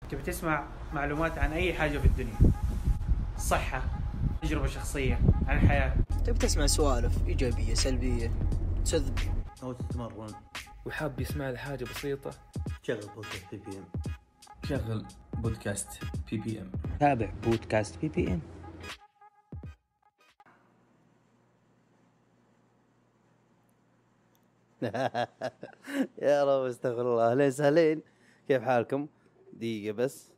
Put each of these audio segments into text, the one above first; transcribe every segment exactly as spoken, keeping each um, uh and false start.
تبي تسمع معلومات عن أي حاجة في الدنيا، صحة، تجربة شخصية عن الحياة، تبي تسمع سوالف إيجابية سلبية تسذب أو تتمرن وحاب يسمع لحاجة بسيطة، شغل بودكاست بي بي ام. شغل بودكاست بي بي ام. تابع بودكاست بي بي ام. يا رب استغفر الله. اهلين سهلين، كيف حالكم؟ دقيقة بس.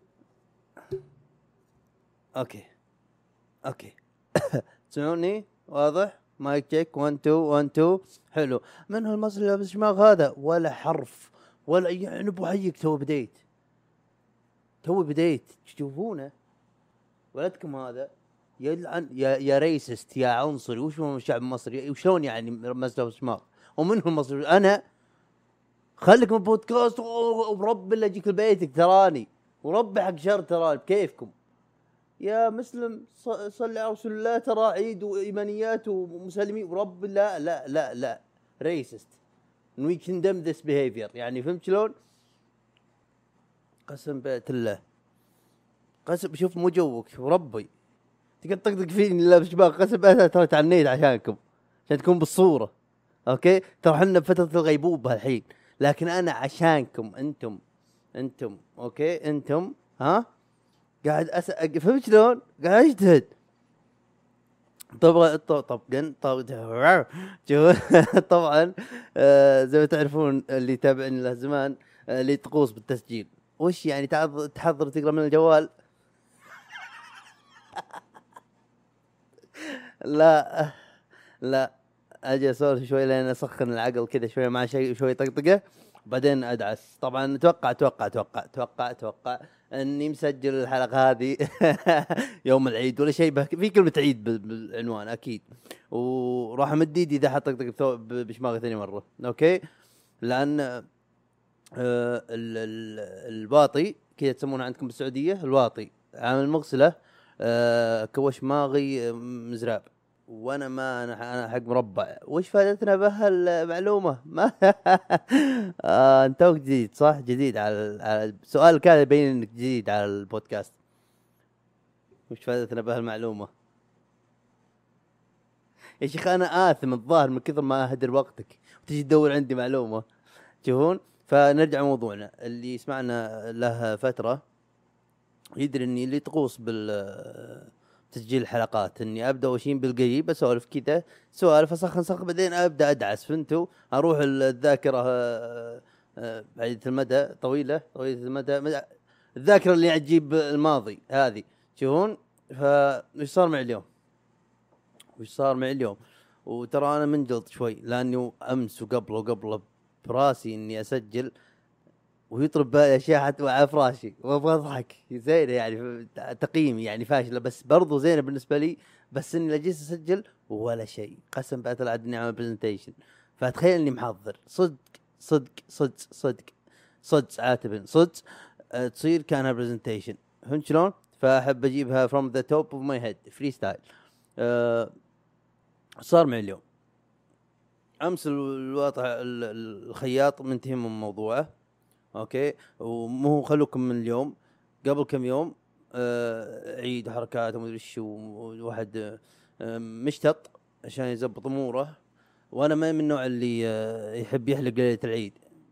اوكي اوكي تسمعوني واضح؟ مايك تشيك واحد اثنين واحد اثنين. حلو. من هالمصري لابس شماغ هذا؟ ولا حرف ولا يعني ابو حيك. تو بديت تو بديت تشوفونه ولدكم هذا يلعن يا يا ريسست يا عنصري. وش هو الشعب المصري وشلون يعني مسلو شماغ ومنه المصري؟ انا خليك من بودكاست ورب اللي اجيك لبيتك تراني ورب حق شر تراني بكيفكم يا مسلم. صلي على رسول الله، ترى عيد وايمانيات ومسلمين ورب. لا لا لا لا ريسست وي كندم ذس بيهيفير. يعني فهمت شلون؟ قسم بيت الله قسم. شوف مو جوك وربي تقدر تطقطق فيني لابس شباك. قسم انا ترى تعنيت عشانكم عشان تكون بالصورة. اوكي ترى احنا بفترة الغيبوبة الحين، لكن انا عشانكم انتم انتم اوكي انتم ها قاعد أس... فهمت شلون؟ قاعد اجتهد. طبعا طبعا طبعا طبعا آه زي ما تعرفون اللي يتابعني له زمان آه اللي طقوس بالتسجيل. وش يعني تحضر تقرا من الجوال؟ لا لا اجي اسولف شوي لين اسخن العقل كذا شوي مع شيء شوي طقطقه وبعدين ادعس. طبعا اتوقع اتوقع اتوقع اتوقع اتوقع اني مسجل الحلقه هذه يوم العيد ولا شيء في كلمه عيد بالعنوان اكيد. وراح امد ايدي اذا حط طقطقه بشماغي ثاني مره. اوكي لان آه الواطي كذا تسمونه عندكم بالسعوديه الواطي عامل مغسله آه كوش ماغي مزراب وانا ما انا انا حق مربع. وش فائدتنا بهالمعلومه؟ ما آه انت جديد صح؟ جديد على السؤال كان يبين انك جديد على البودكاست. وش فائدتنا بهالمعلومه يا شيخ؟ انا آثم الظاهر من كثر ما اهدر وقتك وتجي تدور عندي معلومه. تشوفون؟ فنرجع موضوعنا. اللي يسمعنا له فتره يدري اني اللي طقوس بال تسجيل الحلقات اني ابدا وشين بالقريب اسولف كذا سوالف اسخن سخن بعدين ابدا ادعس. فهمتوا؟ اروح الذاكره بعيدة المدى طويله طويله المدى الذاكره اللي تجيب الماضي هذه. تشوفون؟ فايش صار معي اليوم؟ وش صار معي اليوم؟ وترى انا منجلط شوي لاني امس وقبل وقبل براسي اني اسجل ويطرب بالي اشياء حتى على فراشي وابغى اضحك زينه يعني تقييمي يعني فاشله بس برضو زينه بالنسبه لي. بس اني لجيت اسجل ولا شيء. قسم بالله طلع اني عامل برزنتيشن. فتخيل اني محضر صدق صدق صدق صدق صدق عاتب صدق أه تصير كانها برزنتيشن. فهمت شلون؟ فاحب اجيبها from the top of my head فري ستايل. أه صار معي اليوم امس الوضع الخياط منتهي من موضوعه. اوكي ومو خلوكم من اليوم قبل كم يوم آه عيد حركات وما ادري ايش وواحد آه مشتط عشان يزبط اموره. وانا ما من النوع اللي آه يحب يحلق ليله العيد.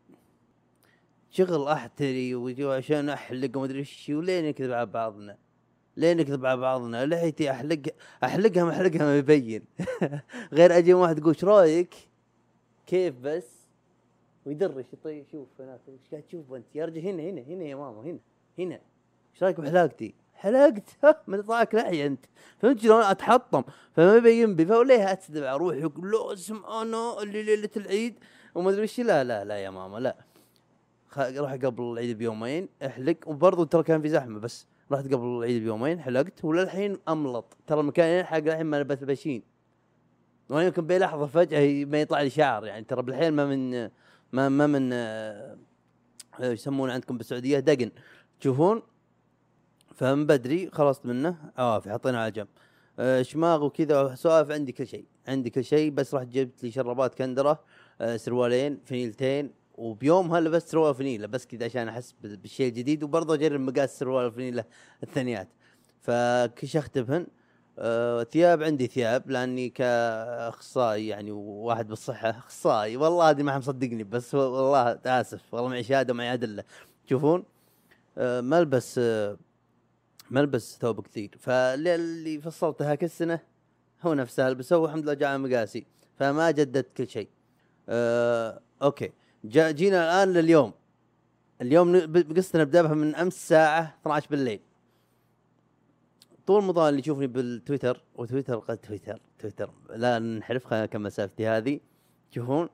شغل احتري ويجوا عشان احلق وما ادري ايش ولين نكذب على بعضنا لين نكذب على بعضنا لحيتي احلق احلقها ما احلقها ما يبين. غير اجي واحد يقول ايش رايك كيف بس ويدرش. طيب شوف هناك ايش قاعد تشوف انت يا رجل؟ هنا هنا هنا يا ماما هنا هنا. ايش رايك بحلاقتي؟ حلقت ما تطلعك لحية انت. فهمت شلون؟ اتحطم فما يبين بي. فوليه اتسدب على روحي يقول لا اسم انا اللي ليله العيد وما ادري ايش. لا لا لا يا ماما لا. راح قبل العيد بيومين احلق وبرضه ترى كان في زحمه بس رحت قبل العيد بيومين حلقت وللحين املط. ترى المكان ينحق الحين ما لبس بشين وانا يمكن بلحظه فجاه ما يطلع لي شعر. يعني ترى بالحين ما من ما ما من يسمون عندكم بالسعوديه دقن. تشوفون؟ فمن بدري خلصت منه عوافي حطينا على جنب. أه شماغ وكذا سوالف. عندي كل شيء عندي كل شيء بس رحت جبت لي شربات كندره أه سروالين فنيلتين وبيومها لبست سروال فانيلا بس كذا عشان احس بال- بالشيء الجديد، وبرضه اجرب مقاس سروال فانيلا الثانيات. فكشخت بهن. أه ثياب، عندي ثياب لاني كاخصائي يعني وواحد بالصحه اخصائي، والله هذه ما حد مصدقني بس و- والله اسف، والله معي شهاده ومعي ادله. تشوفون أه ملبس أه ملبس ثوب كثير، فاللي فصلته هاك السنه هو نفسه البسه، والحمد لله جاء على مقاسي، فما جددت كل شيء. أه اوكي، جا جينا الان لليوم. اليوم ن- ب- بقصة نبدأ بها من امس ساعة اثني عشر بالليل. طول رمضان اللي يشوفني بالتويتر، وتويتر قد تويتر تويتر لا ننحرف، خلينا كم مسافتي هذه. تشوفون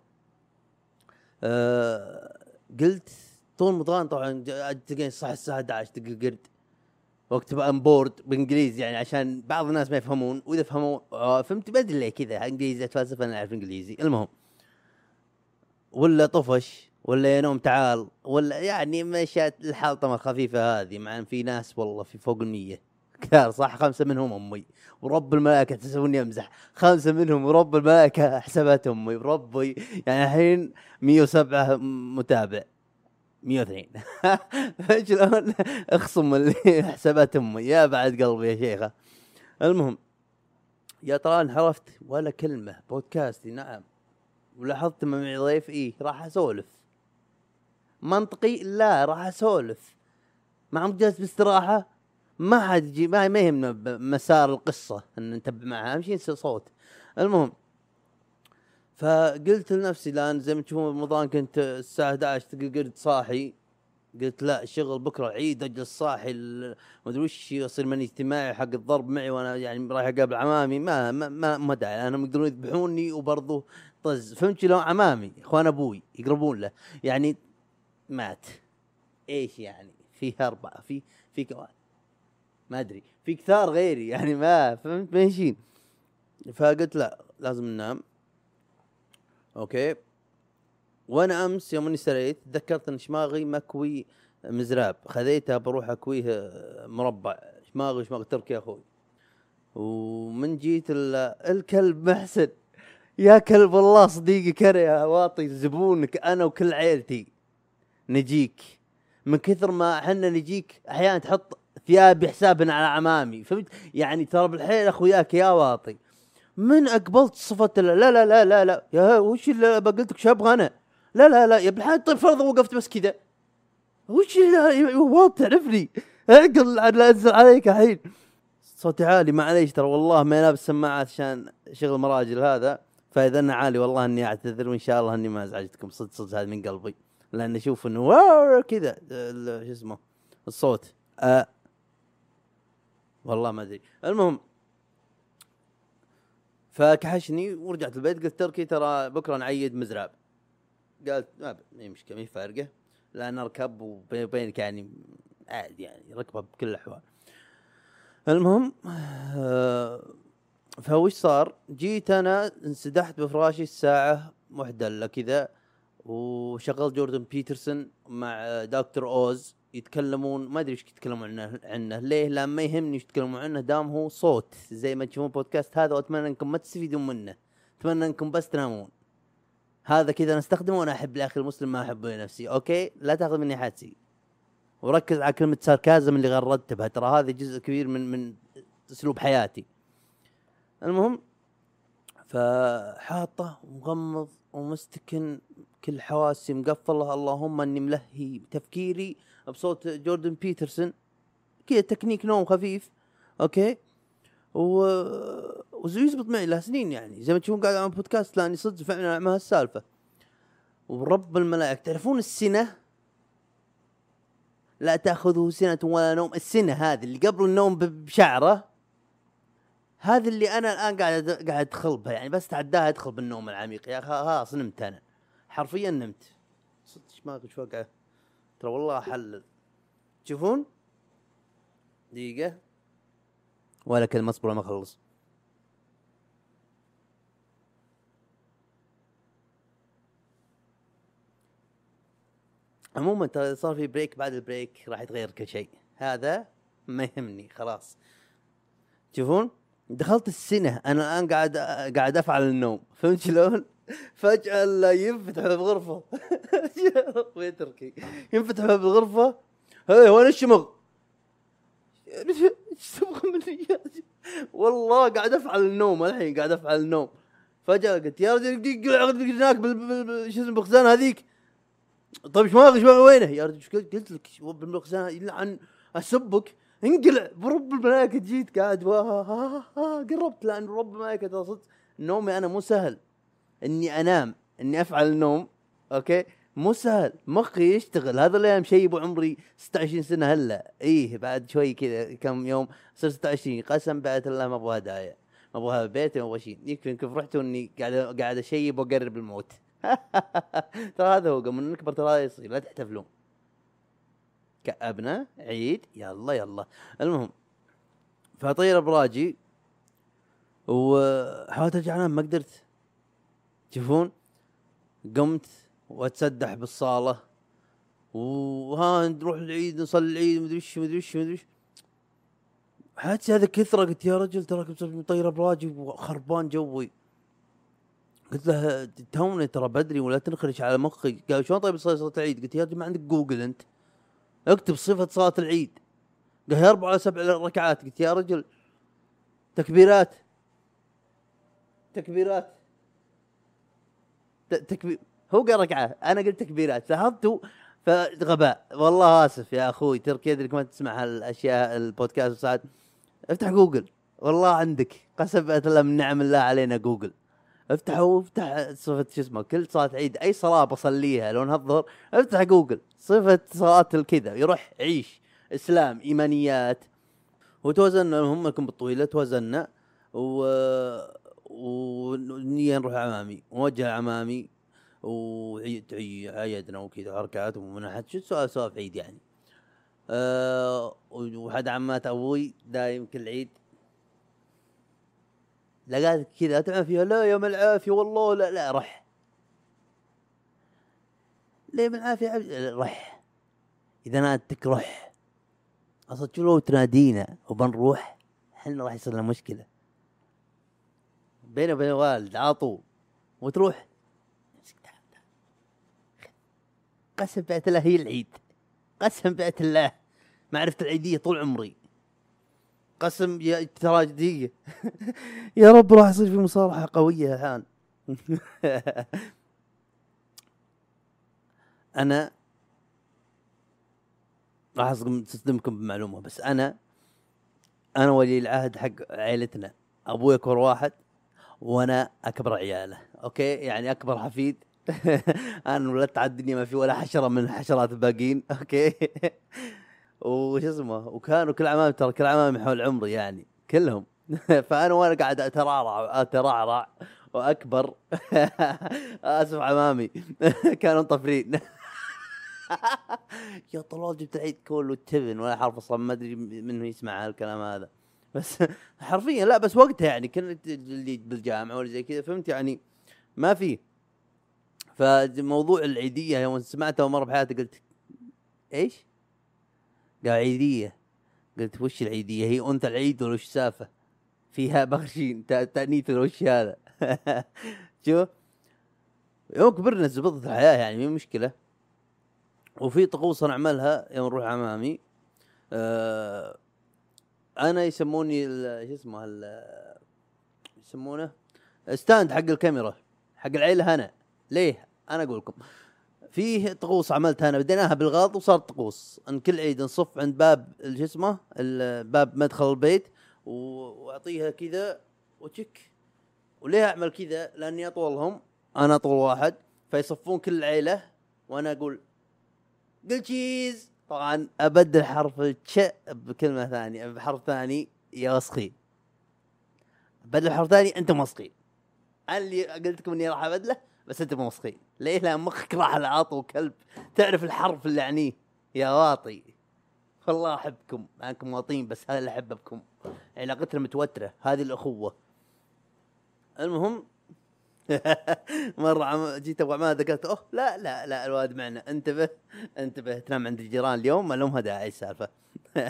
أه قلت طول رمضان طبعا ج- تلقين صح الساعة احد عشر تلقى قرد واكتب ان بورد بالانجليزي، يعني عشان بعض الناس ما يفهمون، واذا فهموا آه فهمت بدري ليه كذا انجليزي اتفلسف، انا اعرف انجليزي. المهم، ولا طفش ولا يا نوم تعال، ولا يعني مشات الحلطمة الخفيفة هذه، مع ان في ناس والله في فوق المية كثار صح، خمسة منهم امي ورب الملائكة، تحسبوني امزح، خمسة منهم ورب الملائكة حسابات امي وربي، يعني الحين مية وسبعة متابع، مية واثنين شلون اخصم اللي حسابات امي، يا بعد قلبي يا شيخة. المهم، يا ترى انحرفت ولا كلمة بودكاستي؟ نعم. ولاحظت ما معي ضيف، ايه راح اسولف منطقي، لا راح اسولف مع مجلس باستراحة، ما حد يجي، ما ما يهمنا مسار القصة ان نتبع معها، اهم شيء يصير صوت. المهم، فقلت لنفسي الان زي ما تشوفون رمضان كنت الساعة احد عشر تلقى قرد صاحي، قلت لا الشغل بكره عيد، اجلس صاحي ال- ما ادري وش يصير مني اجتماعي حق الضرب معي وانا يعني رايح اقابل عمامي، ما ما ما, ما داعي، انا يقدرون يذبحوني وبرضه طز، فهمت لو عمامي اخوان ابوي يقربون له يعني مات، ايش يعني في اربعه في في كواد ما ادري في كثار غيري يعني، ما فهمت ماشيين. فقلت لا لازم ننام. اوكي، وانا امس يوم اني سريت تذكرت ان شماغي مكوي مزراب، خذيته بروح اكويه مربع، شماغي شماغ تركي اخوي. ومن جيت الكلب محسن، يا كلب الله صديقي كره يا واطي زبونك، انا وكل عيلتي نجيك من كثر ما احنا نجيك، احيانا تحط ثيابي حسابنا على عمامي، فهمت يعني، ترى بالحيل اخوياك يا واطي. من اقبلت صفة لا لا لا لا لا يا وش اللي بقلتك شو ابغى انا، لا لا لا يا بالحال، طيب فرضا وقفت بس كذا، وش اللي واط تعرفني، اعقل لا انزل عليك الحين. صوتي عالي معليش، ترى والله ما لابس سماعات عشان شغل مراجل هذا، فاذا انا عالي والله اني اعتذر، وان شاء الله اني ما ازعجتكم، صدق صدق هذا من قلبي، لان اشوف انه واو كذا ال- شو اسمه الصوت أه والله ما ادري. المهم، فكحشني ورجعت البيت، قلت تركي ترى بكره نعيد مزراب، قالت ما هي مشكله، ما هي فارقه، لان اركب وبينك يعني عادي، يعني ركبه بكل الاحوال. المهم آه فوش صار، جيت انا انسدحت بفراشي الساعه واحدة الا كذا، وشغلت جوردن بيترسون مع دكتور اوز يتكلمون، ما ادري ايش يتكلمون عنه عنه ليه، لا ما يهمني ايش يتكلمون عنه دام هو صوت زي ما تشوفون بودكاست هذا، واتمنى انكم ما تستفيدون منه، اتمنى انكم بس تنامون. هذا كذا نستخدمه، وانا احب الاخي المسلم ما احبه لنفسي، اوكي لا تاخذ مني حادثي، وركز على كلمه ساركازم اللي غردت بها، ترى هذا جزء كبير من من اسلوب حياتي. المهم، فحاطه ومغمض ومستكن، كل حواسي مقفله، اللهم اني ملهي تفكيري بصوت جوردن بيترسون كذا، تكنيك نوم خفيف اوكي، و ويزبط معي له سنين، يعني زي ما تشوفون قاعد اعمل بودكاست لاني صدق فعلا مع هالسالفه. ورب الملائكه تعرفون السنه لا تاخذه سنه ولا نوم، السنه هذه اللي قبل النوم بشعره، هذا اللي انا الان قاعد قاعد ادخل بها، يعني بس تعداها ادخل بالنوم العميق، يا اخي خلاص نمت، انا حرفيا نمت صدق، ايش ما ايش وقعه، ترى والله احلل. تشوفون دقيقه ولا كلمه، اصبر ما اخلص. عموما ترى صار في بريك، بعد البريك راح يتغير كل شيء، هذا ما يهمني خلاص. تشوفون دخلت السنه، انا الان قاعد قاعد افعل النوم، فهمت شلون؟ فجأة لا ينفتح باب الغرفة. يا رب تركي ينفتح باب الغرفة. هاي وين الشمغ؟ ايش تبغى مني؟ والله قاعد افعل النوم الحين قاعد افعل النوم. فجأة قلت يا رجل قلع هناك بال شو اسمه بالخزانة هذيك. طيب ايش ما ايش ما وينه يا رجل؟ قلت قلت لك بالخزانة يلعن اسبك انقلع برب الملائكة. جيت قاعد ها ها قربت لان رب الملائكة تصد نومي انا مو سهل اني انام اني افعل النوم. اوكي مو سهل مخي يشتغل. هذا اللي مشيب عمري ستة وعشرين سنة هلا. ايه بعد شوي كذا كم يوم صرت ستة وعشرين. قسم بعد الله ما ابغى هدايا ما ابغى بيتي ما ابغى شيء. يكفي كيف رحت اني قاعد قاعد اشيب واقرب الموت. ترى هذا هو من نكبر ترى يصير لا تحتفلون كأبناء عيد يلا يلا. المهم فطير براجي وحاولت ارجع انام ما قدرت. تشوفون قمت واتسدح بالصالة وها نروح العيد نصلي العيد مدري ايش مدري ايش مدري ايش. حاسس هذا كثرة. قلت يا رجل تراك مطير براجي وخربان جوي. قلت له توني ترى بدري ولا تنخرج على مخي. قال شلون طيب تصلي صلاة العيد؟ قلت يا رجل ما عندك جوجل انت اكتب صفة صلاة العيد. قال أربع ولا سبع ركعات. قلت يا رجل تكبيرات تكبيرات تكبير. هو قال ركعة أنا قلت تكبيرات لاحظتوا فغباء. والله آسف يا أخوي ترك يدرك ما تسمع هالأشياء البودكاست ساعات. افتح جوجل والله عندك قسم بالله من نعم الله علينا جوجل. افتح وافتح صفة شو اسمه كل صلاة عيد أي صلاة بصليها لون هالظهر افتح جوجل صفة صلاة الكذا يروح عيش إسلام إيمانيات. وتوزن هم لكم بالطويلة توزننا و ونية نروح عمامي ونوجه عمامي وعيد عيدنا وكذا حركات ومنحت شو سؤال سؤال عيد يعني. أه وحد عمات أبوي دايم كل عيد لقيت كذا تعرف فيها لا يوم العافية والله لا لا رح ليه من العافية رح إذا نادتك رح أصلا شو لو تنادينا وبنروح حنا راح يصير لنا مشكلة بينه وبين الوالد عاطو وتروح قسم بيت الله هي العيد. قسم بيت الله ما عرفت العيدية طول عمري. قسم يا تراجدية. يا رب راح يصير في مصالحة قوية الآن. أنا راح أصدمكم بمعلومة بس أنا أنا ولي العهد حق عائلتنا. أبوي أكبر واحد وأنا أكبر عياله. أوكي يعني أكبر حفيد. أنا ولدت على الدنيا ما في ولا حشرة من حشرات الباقين. أوكي. وش اسمه وكانوا كل عمام ترى كل عمام حول عمري يعني كلهم. فأنا وأنا قاعد أترعرع أترعرع وأكبر. آسف عمامي. كانوا طفرين. يا طلال جبت العيد كله التبن ولا حرف أصلا ما أدري منه يسمع هالكلام هذا بس حرفيا لا بس وقتها يعني كنت اللي بالجامعة ولا زي كذا فهمت يعني ما في. فموضوع العيدية يوم سمعته مرة بحياتي قلت إيش؟ قال عيدية. قلت وش العيدية هي أنت العيد ولا وش سافة فيها بخشين تأنيث ولا وش هذا. شو يوم كبرنا زبطت الحياة يعني مو مشكلة. وفي طقوس نعملها يوم نروح عمامي. أه أنا يسموني شو اسمه يسمونه ستاند حق الكاميرا حق العيلة. هنا ليه أنا أقول لكم فيه طقوس عملتها أنا بديناها بالغلط وصارت طقوس أن كل عيد نصف عند باب شو اسمه الباب مدخل البيت وأعطيها كذا وتشك. وليه أعمل كذا لأني أطولهم أنا أطول واحد فيصفون كل العيلة وأنا أقول قل تشيز. طبعا أبدل حرف التش بكلمة ثانية بحرف ثاني يا وسخين. بدل حرف ثاني أنت مسخين. أنا اللي قلت لكم إني راح أبدله بس أنت مسخين. ليه لا مخك راح العاطو كلب تعرف الحرف اللي يعنيه يا واطي. والله أحبكم معكم واطين بس هذا اللي أحبكم علاقتنا متوترة هذه الأخوة. المهم مرة عم جيت أبغى عماد ذكرت أوه لا لا لا الواد معنا انتبه انتبه تنام عند الجيران اليوم ما لهم داعي السالفة.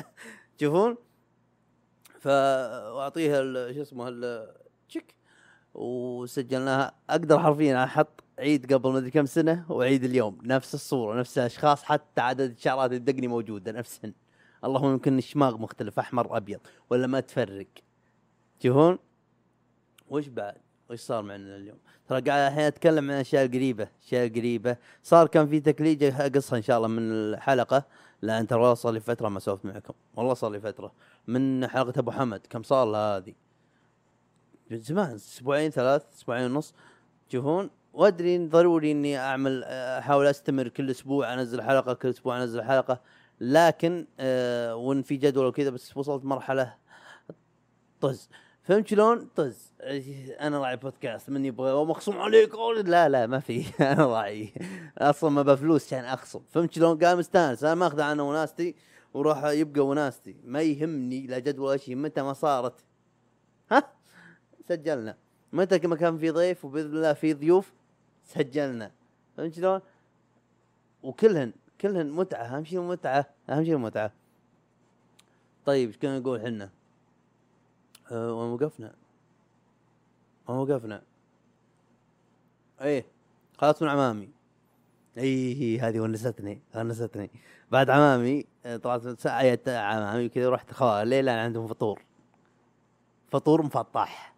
تشوفون فأعطيها شو اسمه التشيك وسجلناها. اقدر حرفيا احط عيد قبل ما ادري كم سنه وعيد اليوم نفس الصوره نفس الاشخاص، حتى عدد الشعرات الدقني موجوده نفسهن. اللهم يمكن الشماغ مختلف احمر ابيض ولا ما تفرق. تشوفون وش بعد وش صار معنا اليوم؟ ترى قاعد الحين اتكلم عن اشياء قريبه اشياء قريبه صار. كان في تكليجه قصه ان شاء الله من الحلقه، لان ترى والله صار لي فتره ما سولفت معكم، والله صار لي فتره من حلقه ابو حمد. كم صار لها هذه؟ من زمان، اسبوعين ثلاث اسبوعين ونص. تشوفون وادري إن ضروري اني اعمل احاول استمر كل اسبوع انزل حلقه كل اسبوع انزل حلقه، لكن أه وان في جدول وكذا، بس وصلت مرحله طز. فهمت شلون؟ طز. انا راعي بودكاست من يبغى ومخصوم عليك. لا لا ما في انا راعي اصلا ما بفلوس عشان اخصم. فهمت شلون؟ قام مستانس انا ماخذ انا وناستي وراح يبقى وناستي، ما يهمني لا جدول ولا شيء. متى ما صارت ها سجلنا، متى ما كان في ضيف وباذن الله في ضيوف سجلنا. فهمت شلون؟ وكلهن كلهن متعه. اهم شيء المتعه، اهم شيء المتعه. طيب ايش كنا نقول حنا؟ أه وقفنا وقفنا ايه خلاص من عمامي. اي هذه ونستني ونستني بعد عمامي. طلعت ساعه عمامي كذا ورحت خوال ليلة عندهم فطور فطور مفطح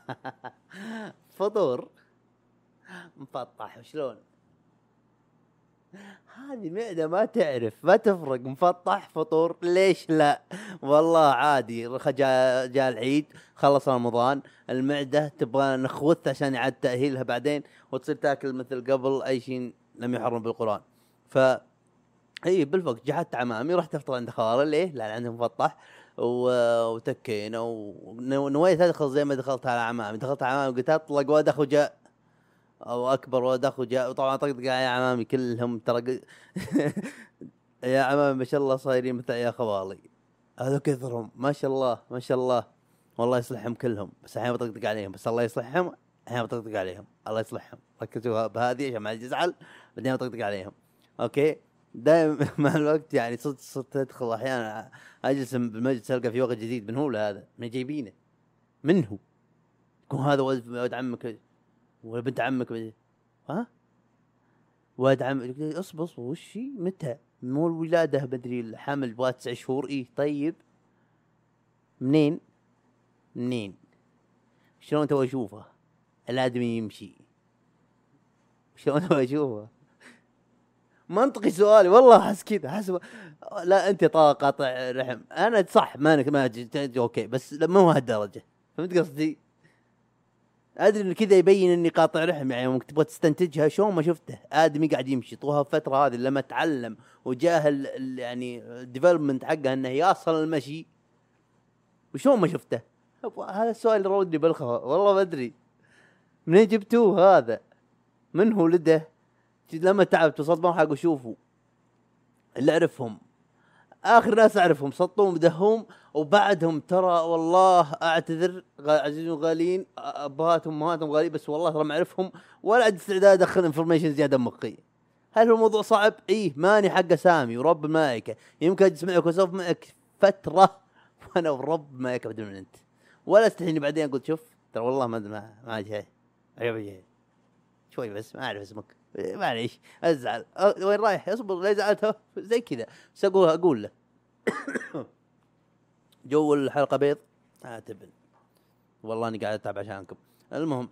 فطور مفطح. شلون هذه معدة ما تعرف ما تفرق مفطح فطور ليش لا والله عادي. جاء جاء العيد خلص رمضان المعدة تبغى نخوث عشان يعاد تأهيلها بعدين وتصير تاكل مثل قبل أي شيء لم يحرم بالقرآن. ف اي بالفوق جحدت عمامي رحت افطر عند خوالي ليه لان عندهم مفطح وتكينا ونويت ادخل زي ما دخلت على عمامي. دخلت على عمامي قلت اطلق وادخ وجاء او اكبر ودخ وجاء. وطبعا طقطق يا عمامي كلهم ترى يا عمامي ما شاء الله صايرين مثل يا خوالي هذا كثرهم ما شاء الله ما شاء الله والله يصلحهم كلهم. بس الحين بطقطق عليهم بس الله يصلحهم. الحين بطقطق عليهم الله يصلحهم. ركزوا بهذه عشان ما يزعل بعدين بطقطق عليهم. اوكي دائما مع الوقت يعني صرت صرت ادخل احيانا اجلس بالمجلس القى في وقت جديد من هو هذا من جايبينه منه يكون هذا ولد عمك ولا بنت عمك ها ولد عمك اصبر اصبر وش متى مو الولاده بدري الحمل بغى تسع شهور. ايه طيب منين منين شلون تبغى اشوفه الادمي يمشي شلون تبغى اشوفه منطقي سؤالي والله احس كذا حسب. لا انت طاقه قاطع رحم انا صح ما ما اوكي بس ما هو هالدرجه. فهمت قصدي؟ ادري ان كذا يبين اني قاطع رحم يعني ممكن تبغى تستنتجها شلون ما شفته ادمي قاعد يمشي طوها الفتره هذه لما تعلم وجاه يعني الديفلوبمنت حقه انه يصل المشي وشلون ما شفته. هذا السؤال اللي رودني بالخوة والله ما ادري منين جبتوه هذا من هو لده. لما تعبت وصلت مرحله اشوفه اللي اعرفهم اخر ناس اعرفهم سطوهم بدهم وبعدهم ترى والله اعتذر عزيزي وغاليين ابهاتهم امهاتهم غاليين بس والله ترى ما اعرفهم ولا عندي استعداد ادخل انفورميشن زياده مخي. هل هو الموضوع صعب؟ ايه ماني حق سامي ورب الملائكه يمكن اجلس معك واسولف معك فتره وانا ورب الملائكه بدون من انت ولا استحيني بعدين اقول شوف ترى والله ما ما ما جاي عيب شوي بس ما اعرف اسمك معليش ازعل وين رايح اصبر لا زعلته زي كذا بس اقول اقول له جو الحلقه بيض اعتبر والله اني قاعد اتعب عشانكم. المهم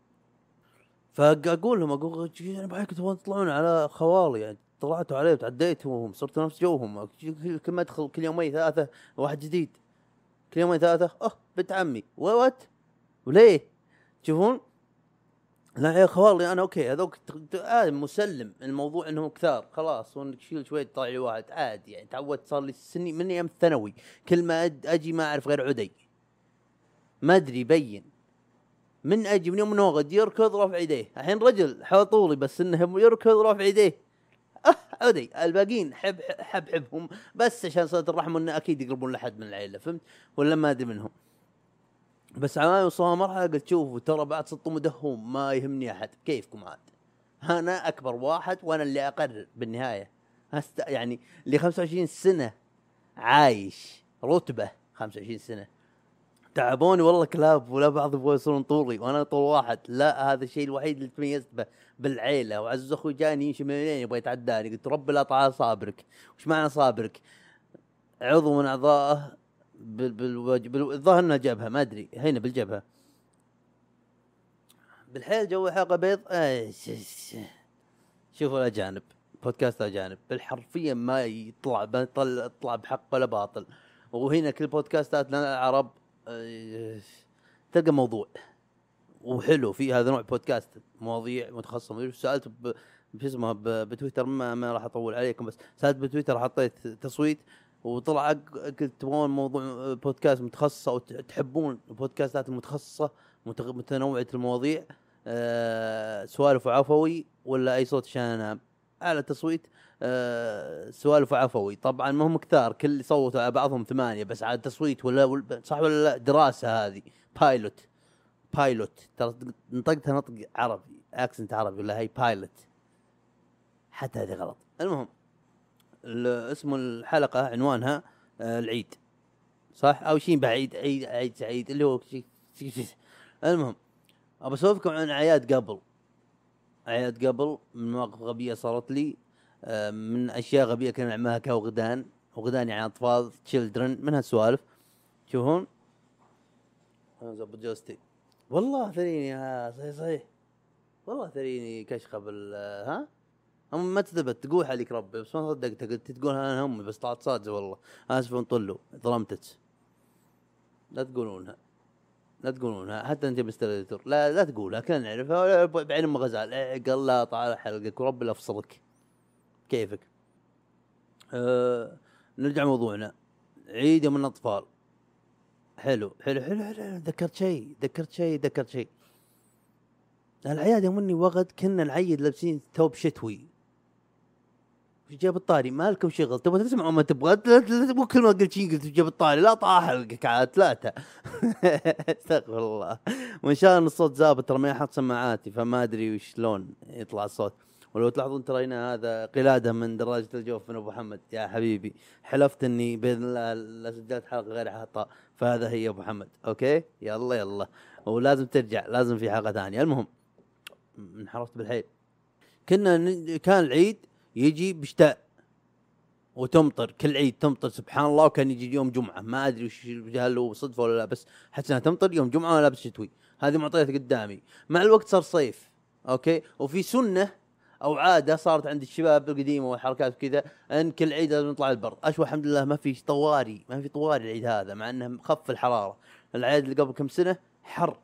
فاقول لهم اقول انا بعيك تبغون تطلعون على خوالي يعني طلعتوا عليه وتعديتهم صرتوا نفس جوهم كل ما ادخل كل يومين ثلاثه واحد جديد كل يومين ثلاثه اه بنت عمي وات وليه تشوفون لا يا خوالي انا اوكي هذوك عادي مسلم الموضوع انهم كثار خلاص وانك تشيل شويه تطلع لي واحد عادي يعني تعودت صار لي سني من ايام الثانوي كل ما اجي ما اعرف غير عدي ما ادري يبين من اجي من يوم نوغد يركض رافع يديه. الحين رجل حول طولي بس انه يركض رافع يديه اه عدي الباقين حب حب حبهم بس عشان صلة الرحم انه اكيد يقربون لحد من العيله فهمت ولا ما ادري منهم. بس عمامي وصلوا مرحله قلت شوفوا ترى بعد سطوا مدهوم ما يهمني احد كيفكم عاد انا اكبر واحد وانا اللي اقرر بالنهايه هست يعني اللي خمسة وعشرين سنه عايش رتبه خمسة وعشرين سنه تعبوني والله كلاب، ولا بعض يبغوا يصيرون طولي وانا طول واحد. لا هذا الشيء الوحيد اللي تميزت به بالعيله. وعزوز اخوي جاني يمشي من وين يبغى يتعداني، قلت رب لا تعال صابرك. وش معنى صابرك؟ عضو من اعضائه بال بالوجه بالظاهر انها جبهه، ما ادري، هنا بالجبهه بالحيل جو حلقه بيض. آه شوفوا الاجانب، بودكاست اجانب بالحرفيا ما يطلع بطل يطلع بحق ولا باطل. وهنا كل بودكاستاتنا العرب أه تلقى موضوع وحلو في هذا نوع بودكاست، مواضيع متخصصه. سالت ب... باسمها ب... بتويتر، ما, ما راح اطول عليكم، بس سالت بتويتر حطيت تصويت وطلع قلت تبغون موضوع بودكاست متخصص او تحبون البودكاستات المتخصصه متنوعه المواضيع، أه سوالف وعفوي ولا اي صوت عشان انام. على تصويت أه سوالف وعفوي. طبعا ما هم كثار، كل صوتوا على بعضهم ثمانية، بس على تصويت ولا صح ولا لا؟ دراسه هذه بايلوت بايلوت ترى نطقتها نطق عربي، اكسنت عربي، ولا هي بايلوت حتى هذه غلط. المهم اسم الحلقه عنوانها أه العيد، صح او شيء بعيد، عيد عيد سعيد اللي هو شيء. المهم ابى اسولفكم عن اعياد قبل اعياد قبل من مواقف غبيه صارت لي، من اشياء غبيه كنا نعملها كوغدان. وغدان يعني اطفال تشيلدرن، من هالسوالف. شوفون زبط جوستي والله ثريني، ها صحيح صحيح والله ثريني كشخه بال ها هم ما تثبت تقول عليك ربي، بس ما صدقت قلت تقول انا همي، بس طلعت صادق والله. اسف نطلوا ظلمتك، لا تقولونها لا تقولونها حتى انت مستر دكتور، لا لا تقولها، كلنا نعرفها بعين ام غزال. قال لا طالع حلقك ورب لا افصلك كيفك. أه نرجع موضوعنا. عيد يوم الاطفال. حلو حلو حلو حلو ذكرت شيء ذكرت شيء ذكرت شيء العياد يوم اني وغد كنا نعيد لابسين ثوب شتوي. وش جاب الطاري؟ ما لكم شغل تبغى تسمع ما تبغى، تبغى كل ما قلت شيء قلت جاب الطاري، لا طاح حلقك على ثلاثة. استغفر الله. وان شاء الله ان الصوت زابط، ترى ما احط سماعاتي فما ادري وش لون يطلع الصوت. ولو تلاحظون ترينا هذا قلادة من دراجة الجوف من ابو محمد يا حبيبي، حلفت اني باذن الله لا سجلت حلقة غير خطأ، فهذا هي ابو محمد. اوكي يلا يلا، ولازم ترجع، لازم في حلقة ثانية. المهم انحرفت بالحيل. كنا ن... كان العيد يجي بشتاء وتمطر، كل عيد تمطر سبحان الله. وكان يجي يوم جمعة، ما أدري وش هل هو صدفة ولا لا، بس حتى انها تمطر يوم جمعة ولا لابس شتوي. هذه معطيات قدامي. مع الوقت صار صيف، أوكي. وفي سنة أو عادة صارت عند الشباب القديمة والحركات كذا، أن كل عيد لازم نطلع البر. أشوى الحمد لله ما في طواري، ما في طواري العيد هذا، مع أنه خف الحرارة. العيد اللي قبل كم سنة حر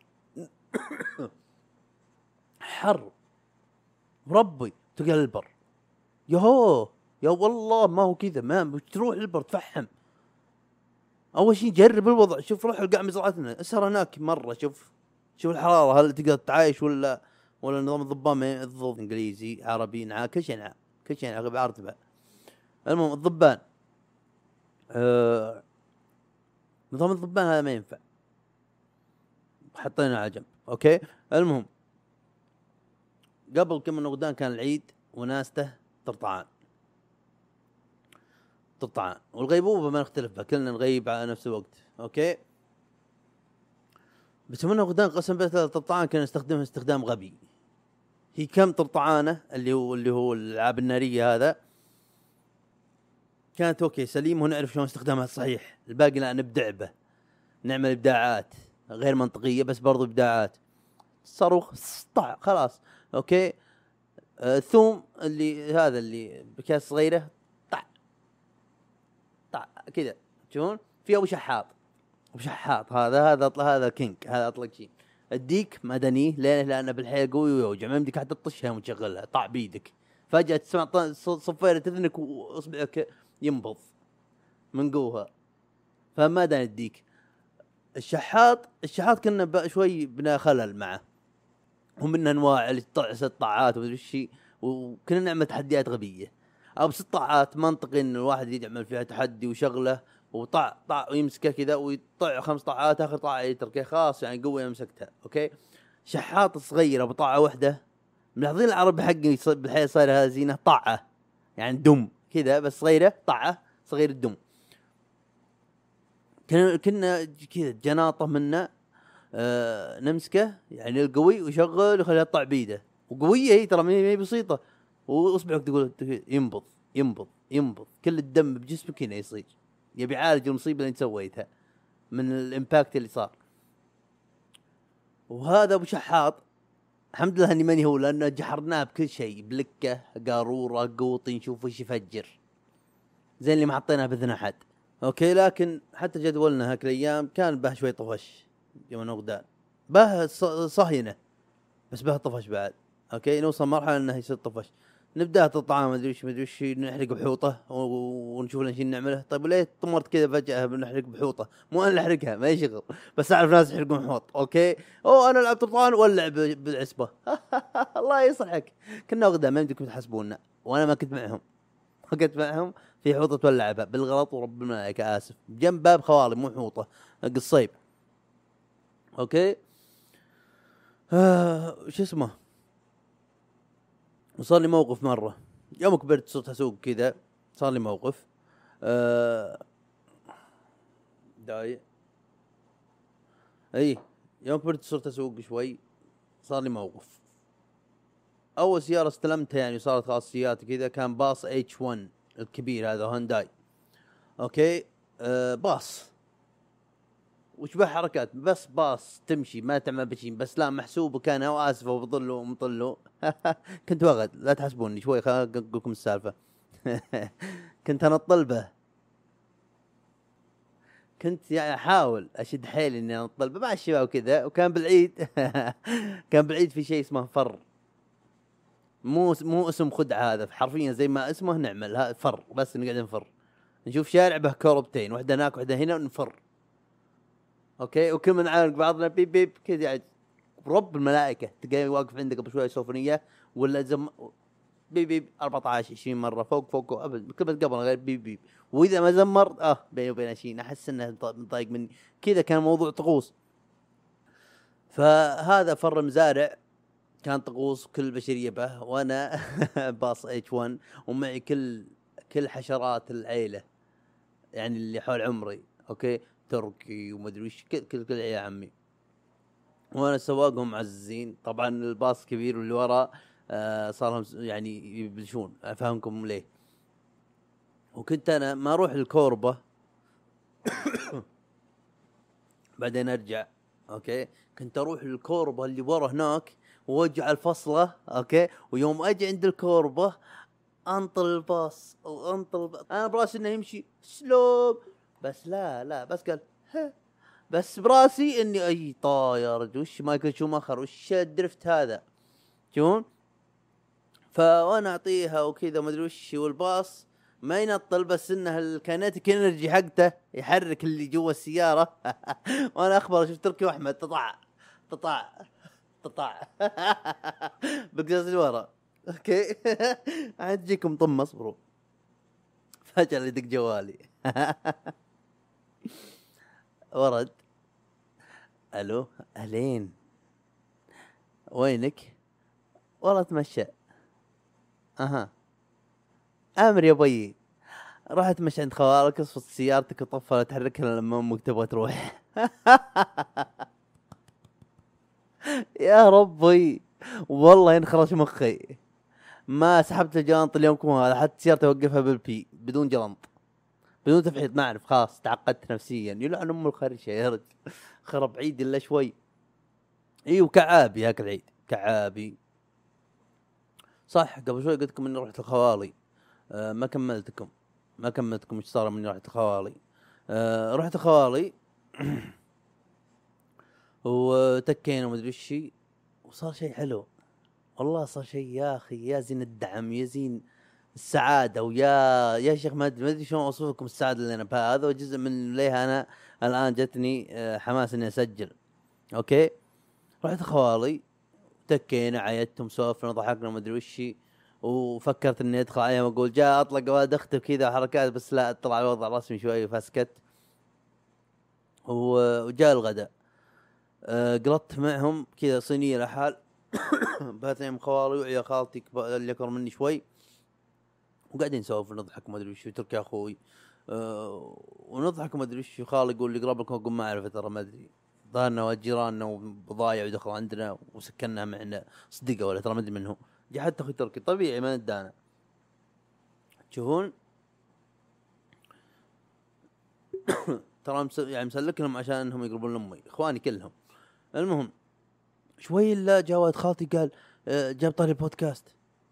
حر ربي تقل البر. يهو يا والله ما هو كذا، ما تروح البر تفحم. اول شيء جرب الوضع، شوف روح القاع مزرعتنا اسهر هناك مره، شوف شوف الحراره، هل تقدر تعايش ولا ولا نظام الضبان الضب انجليزي عربي نعا كل شيء نعا كل شيء نعا بعرض. المهم الضبان، آه نظام الضبان هذا ما ينفع، حطينا على جنب. اوكي المهم قبل كم من غدان كان العيد وناسته طرطعان طرطعان والغيبوبة ما نختلف بها، كلنا نغيب على نفس الوقت. اوكي بس من غدان قسم بالله طرطعان كنا نستخدمها استخدام غبي. هي كم طرطعانة اللي هو اللي هو الالعاب النارية هذا كانت اوكي سليم ونعرف شلون استخدامها الصحيح، الباقي لا نبدع به، نعمل ابداعات غير منطقية بس برضو ابداعات. صاروخ طع خلاص. اوكي آه ثوم اللي هذا اللي بكاس صغيرة طع طع كذا تشوفون في ابو شحاط ابو شحاط هذا هذا اطلع هذا كينج، هذا اطلق شيء. الديك مدني ليه؟ لانه بالحيل قوي ويوجع، ما يمديك حتى تطشها وتشغلها، طع بيدك فجأة تسمع صفيرة تذنك واصبعك ينبض من قوها، فما دان الديك. الشحاط الشحاط كنا شوي بنا خلل معه، ومن انواع اللي تطع ست طاعات ومدري شيء، وكنا نعمل تحديات غبيه. او ست طاعات منطقي ان الواحد يعمل فيها تحدي وشغله وطع طع ويمسكه كذا ويطع خمس طاعات، اخر طاعه يتركها خلاص يعني قوي مسكتها. اوكي شحاط صغيره بطاعه واحده، ملاحظين العرب حقي بالحياه صاير هذا زينه طاعه يعني دم كذا بس صغيره، طاعه صغير الدم. كنا كنا كذا جناطه منا آه نمسكه يعني القوي ويشغل ويخليه يطلع بيده وقويه هي ترى ما هي بسيطه واصبعك تقول ينبض ينبض ينبض كل الدم بجسمك هنا يصير يبي يعالج المصيبه اللي انت سويتها من الامباكت اللي صار. وهذا ابو شحاط الحمد لله اني ماني هو لانه جحرناه بكل شيء بلكه قاروره قوطي نشوف وش يفجر زي اللي ما حطيناه باذن احد. اوكي لكن حتى جدولنا هاك الايام كان به شوي طفش يوم نغدان به صهينه بس به طفش بعد. اوكي نوصل مرحله انه يصير طفش نبدا الطعام ما ادري ايش ما ادري ايش نحرق بحوطه ونشوف لنا شيء نعمله. طيب ليه طمرت كذا فجاه بنحرق بحوطه مو انا نحرقها ما يشغل بس اعرف ناس يحرقون حوط. اوكي او انا العب طرطان ولع بالعصبه الله يصلحك. كنا غدا ما يمديكم تحسبونا وانا ما كنت معهم ما كنت معهم في حوطه تولع بها بالغلط ورب الملائكه اسف جنب باب خوالي مو حوطه قصيب. اوكي آه شو اسمه وصار لي موقف مرة يوم كبرت صرت أسوق كذا صار لي موقف آه داي اي يوم كبرت صرت أسوق شوي صار لي موقف. أول سيارة استلمتها يعني صارت خاصيات كذا كان باص إتش ون الكبير هذا هونداي. أوكي آه باص وشبه حركات بس باص تمشي ما تعمل بشيء بس لا محسوب وكان واسف وبضله ومطله كنت وغد لا تحسبوني شوي خليني اقول لكم السالفه كنت انا الطلبه كنت يعني احاول اشد حيلي اني انا الطلبه مع الشباب وكذا وكان بالعيد كان بالعيد في شيء اسمه فر مو مو اسم خدعه هذا حرفيا زي ما اسمه نعمل هذا فر بس نقعد نفر نشوف شارع به كوربتين واحده هناك واحده هنا ونفر. اوكي وكل من عارف بعضنا بيب بيب كذا يعني رب الملائكه تلقاني واقف عندك قبل شوي سوفونيه ولا زم بيب بيب أربعة عشر عشرين مره فوق فوق ابد كل بس قبل غير بيب بيب واذا ما زمر اه بيني وبين شيء احس انه مضايق مني كذا كان موضوع طقوس. فهذا فر مزارع كان طقوس كل البشريه به وانا باص اتش ون ومعي كل كل حشرات العيله يعني اللي حول عمري. اوكي تركي وما ادري وش كل كل, كل يا عمي وانا سواقهم معززين طبعا الباص كبير واللي ورا آه صارهم يعني يبلشون افهمكم ليه. وكنت انا ما اروح الكوربه بعدين ارجع. اوكي كنت اروح للكوربه اللي ورا هناك واوجع الفصله. اوكي ويوم اجي عند الكوربه انطل الباص وانطل الباص. انا براسي انه يمشي سلوب بس لا لا بس قال ها بس براسي اني اي طاير وش مايكل شوماخر وش الدرفت هذا شون. فانا اعطيها وكذا ما ادري وش والباص ما ينطل بس انه الكاينتيك انرجي حقته يحرك اللي جوا السياره وانا اخبر شفت تركي واحمد تطع تطع تطع بقصص الورا. اوكي عاد تجيكم طمه اصبروا فجاه اللي يدق جوالي ورد الو اهلين وينك والله اتمشى اها امر يا بيي راح اتمشى عند خوالك اصفط سيارتك وطفها تحركها لما امك تبغى تروح يا ربي والله ينخرش مخي ما سحبت الجلنط اليوم هذا حتى سيارتي اوقفها بالبي بدون جلنط بدون تفحيط ما اعرف خلاص تعقدت نفسيا يلعن ام الخرشه يا رجل خرب عيد الا شوي. اي وكعابي هاك العيد كعابي صح. قبل شوي قلت لكم اني رحت الخوالي آه ما كملتكم ما كملتكم ايش صار مني رحت الخوالي. آه رحت الخوالي وتكينا وما ادري ايش وصار شيء حلو والله صار شيء يا اخي يا زين الدعم يا زين السعاده ويا يا شيخ ما ادري ما ادري شلون اوصف لكم السعاده اللي انا بها. هذا جزء من ليه انا الان جتني حماس اني اسجل. اوكي رحت خوالي تكينا عيدتهم سولفنا ضحكنا ما ادري وش وفكرت اني ادخل عليهم اقول جاء اطلق واد اختي وكذا حركات بس لا طلع الوضع رسمي شوي فسكت. وجاء الغداء أه قلطت معهم كذا صينيه لحال باتني خوالي ويا خالتي اللي اكبر مني شوي وقاعدين نسولف ونضحك ما ادري وش تركي اخوي أه ونضحك وما ادري ايش. خالي يقول لي قرب لكم اقول ما اعرف ترى ما ادري ظهرنا وجيراننا وضايع ودخلوا عندنا وسكننا معنا صدقه ولا ترى ما ادري منه. جي حتى اخوي تركي طبيعي ما ندانا. تشوفون ترى مس... يعني مسلك لهم عشان انهم يقربون لامي اخواني كلهم. المهم شوي الا جاء ولد خالتي قال آه، جاب طاري البودكاست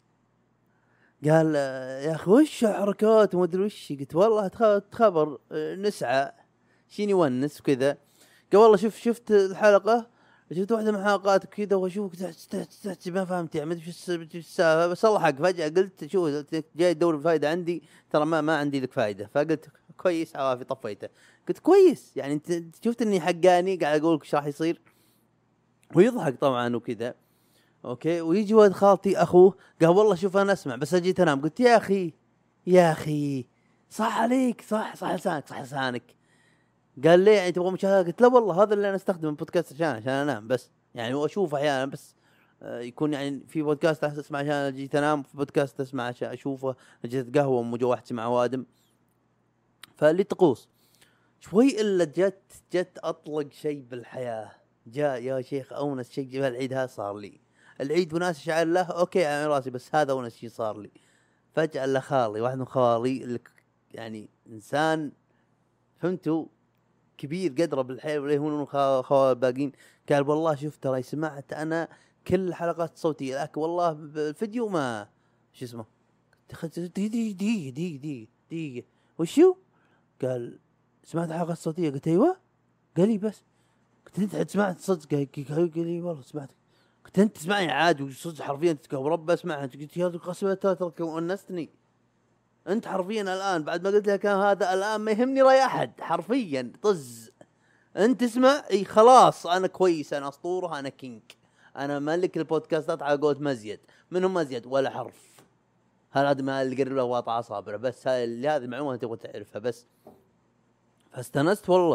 قال آه، يا اخي وش حركات وما ادري وش. قلت والله تخ- تخبر آه، نسعى شيني ونس وكذا. قال والله شوف شفت الحلقه شفت واحده من حلقاتك كذا واشوفك تحت تحت تحت ما فهمت يعني ما ادري وش السالفه بس الله حق. فجاه قلت شوف جاي تدور بفائده عندي ترى ما ما عندي لك فائده. فقلت كويس عوافي طفيته. قلت كويس يعني انت شفت اني حقاني قاعد اقول لك ايش راح يصير. ويضحك طبعا وكذا اوكي. ويجي ولد خالتي اخوه قال والله شوف انا اسمع بس اجيت انام. قلت يا اخي يا اخي صح عليك صح صح لسانك صح لسانك. قال ليه يعني تبغى مشاهده. قلت لا والله هذا اللي انا استخدم البودكاست عشان عشان انام بس يعني واشوف احيانا بس آه يكون يعني في بودكاست اسمع عشان اجي انام في بودكاست اسمع عشان اشوفه اجي قهوه مجوحتي مع وادم. فاللي طقوس شوي الا جت جت اطلق شيء بالحياه. جاء يا شيخ اونس شيء جبال العيد هذا صار لي. العيد وناس شعر له اوكي على راسي بس هذا اونس شيء صار لي. فجاه الا خالي واحد من خوالي يعني انسان فهمتوا كبير قدره بالحيل ولا هون خوال باقين. قال والله شوف ترى سمعت انا كل الحلقات الصوتيه لكن والله بالفيديو ما شو اسمه. دقيقه دقيقه دقيقه دقيقه وشو. قال سمعت الحلقه الصوتيه. قلت ايوه. قال لي بس قلت انت سمعت صدق. قال لي والله سمعت. قلت انت تسمعني عادي وصدق حرفيا ورب اسمعها. قلت يا قسمة ترى ونستني انت حرفيا الان بعد ما قلت لك هذا الان ما يهمني راي احد حرفيا طز. انت تسمع اي خلاص انا كويس انا اسطوره انا كينج انا ملك البودكاستات على قولة مزيد منهم مزيد ولا حرف. هذا ما اللي قرب له واطع اصابعه بس هاي اللي هذه المعلومه تبغى تعرفها بس. فاستنست والله.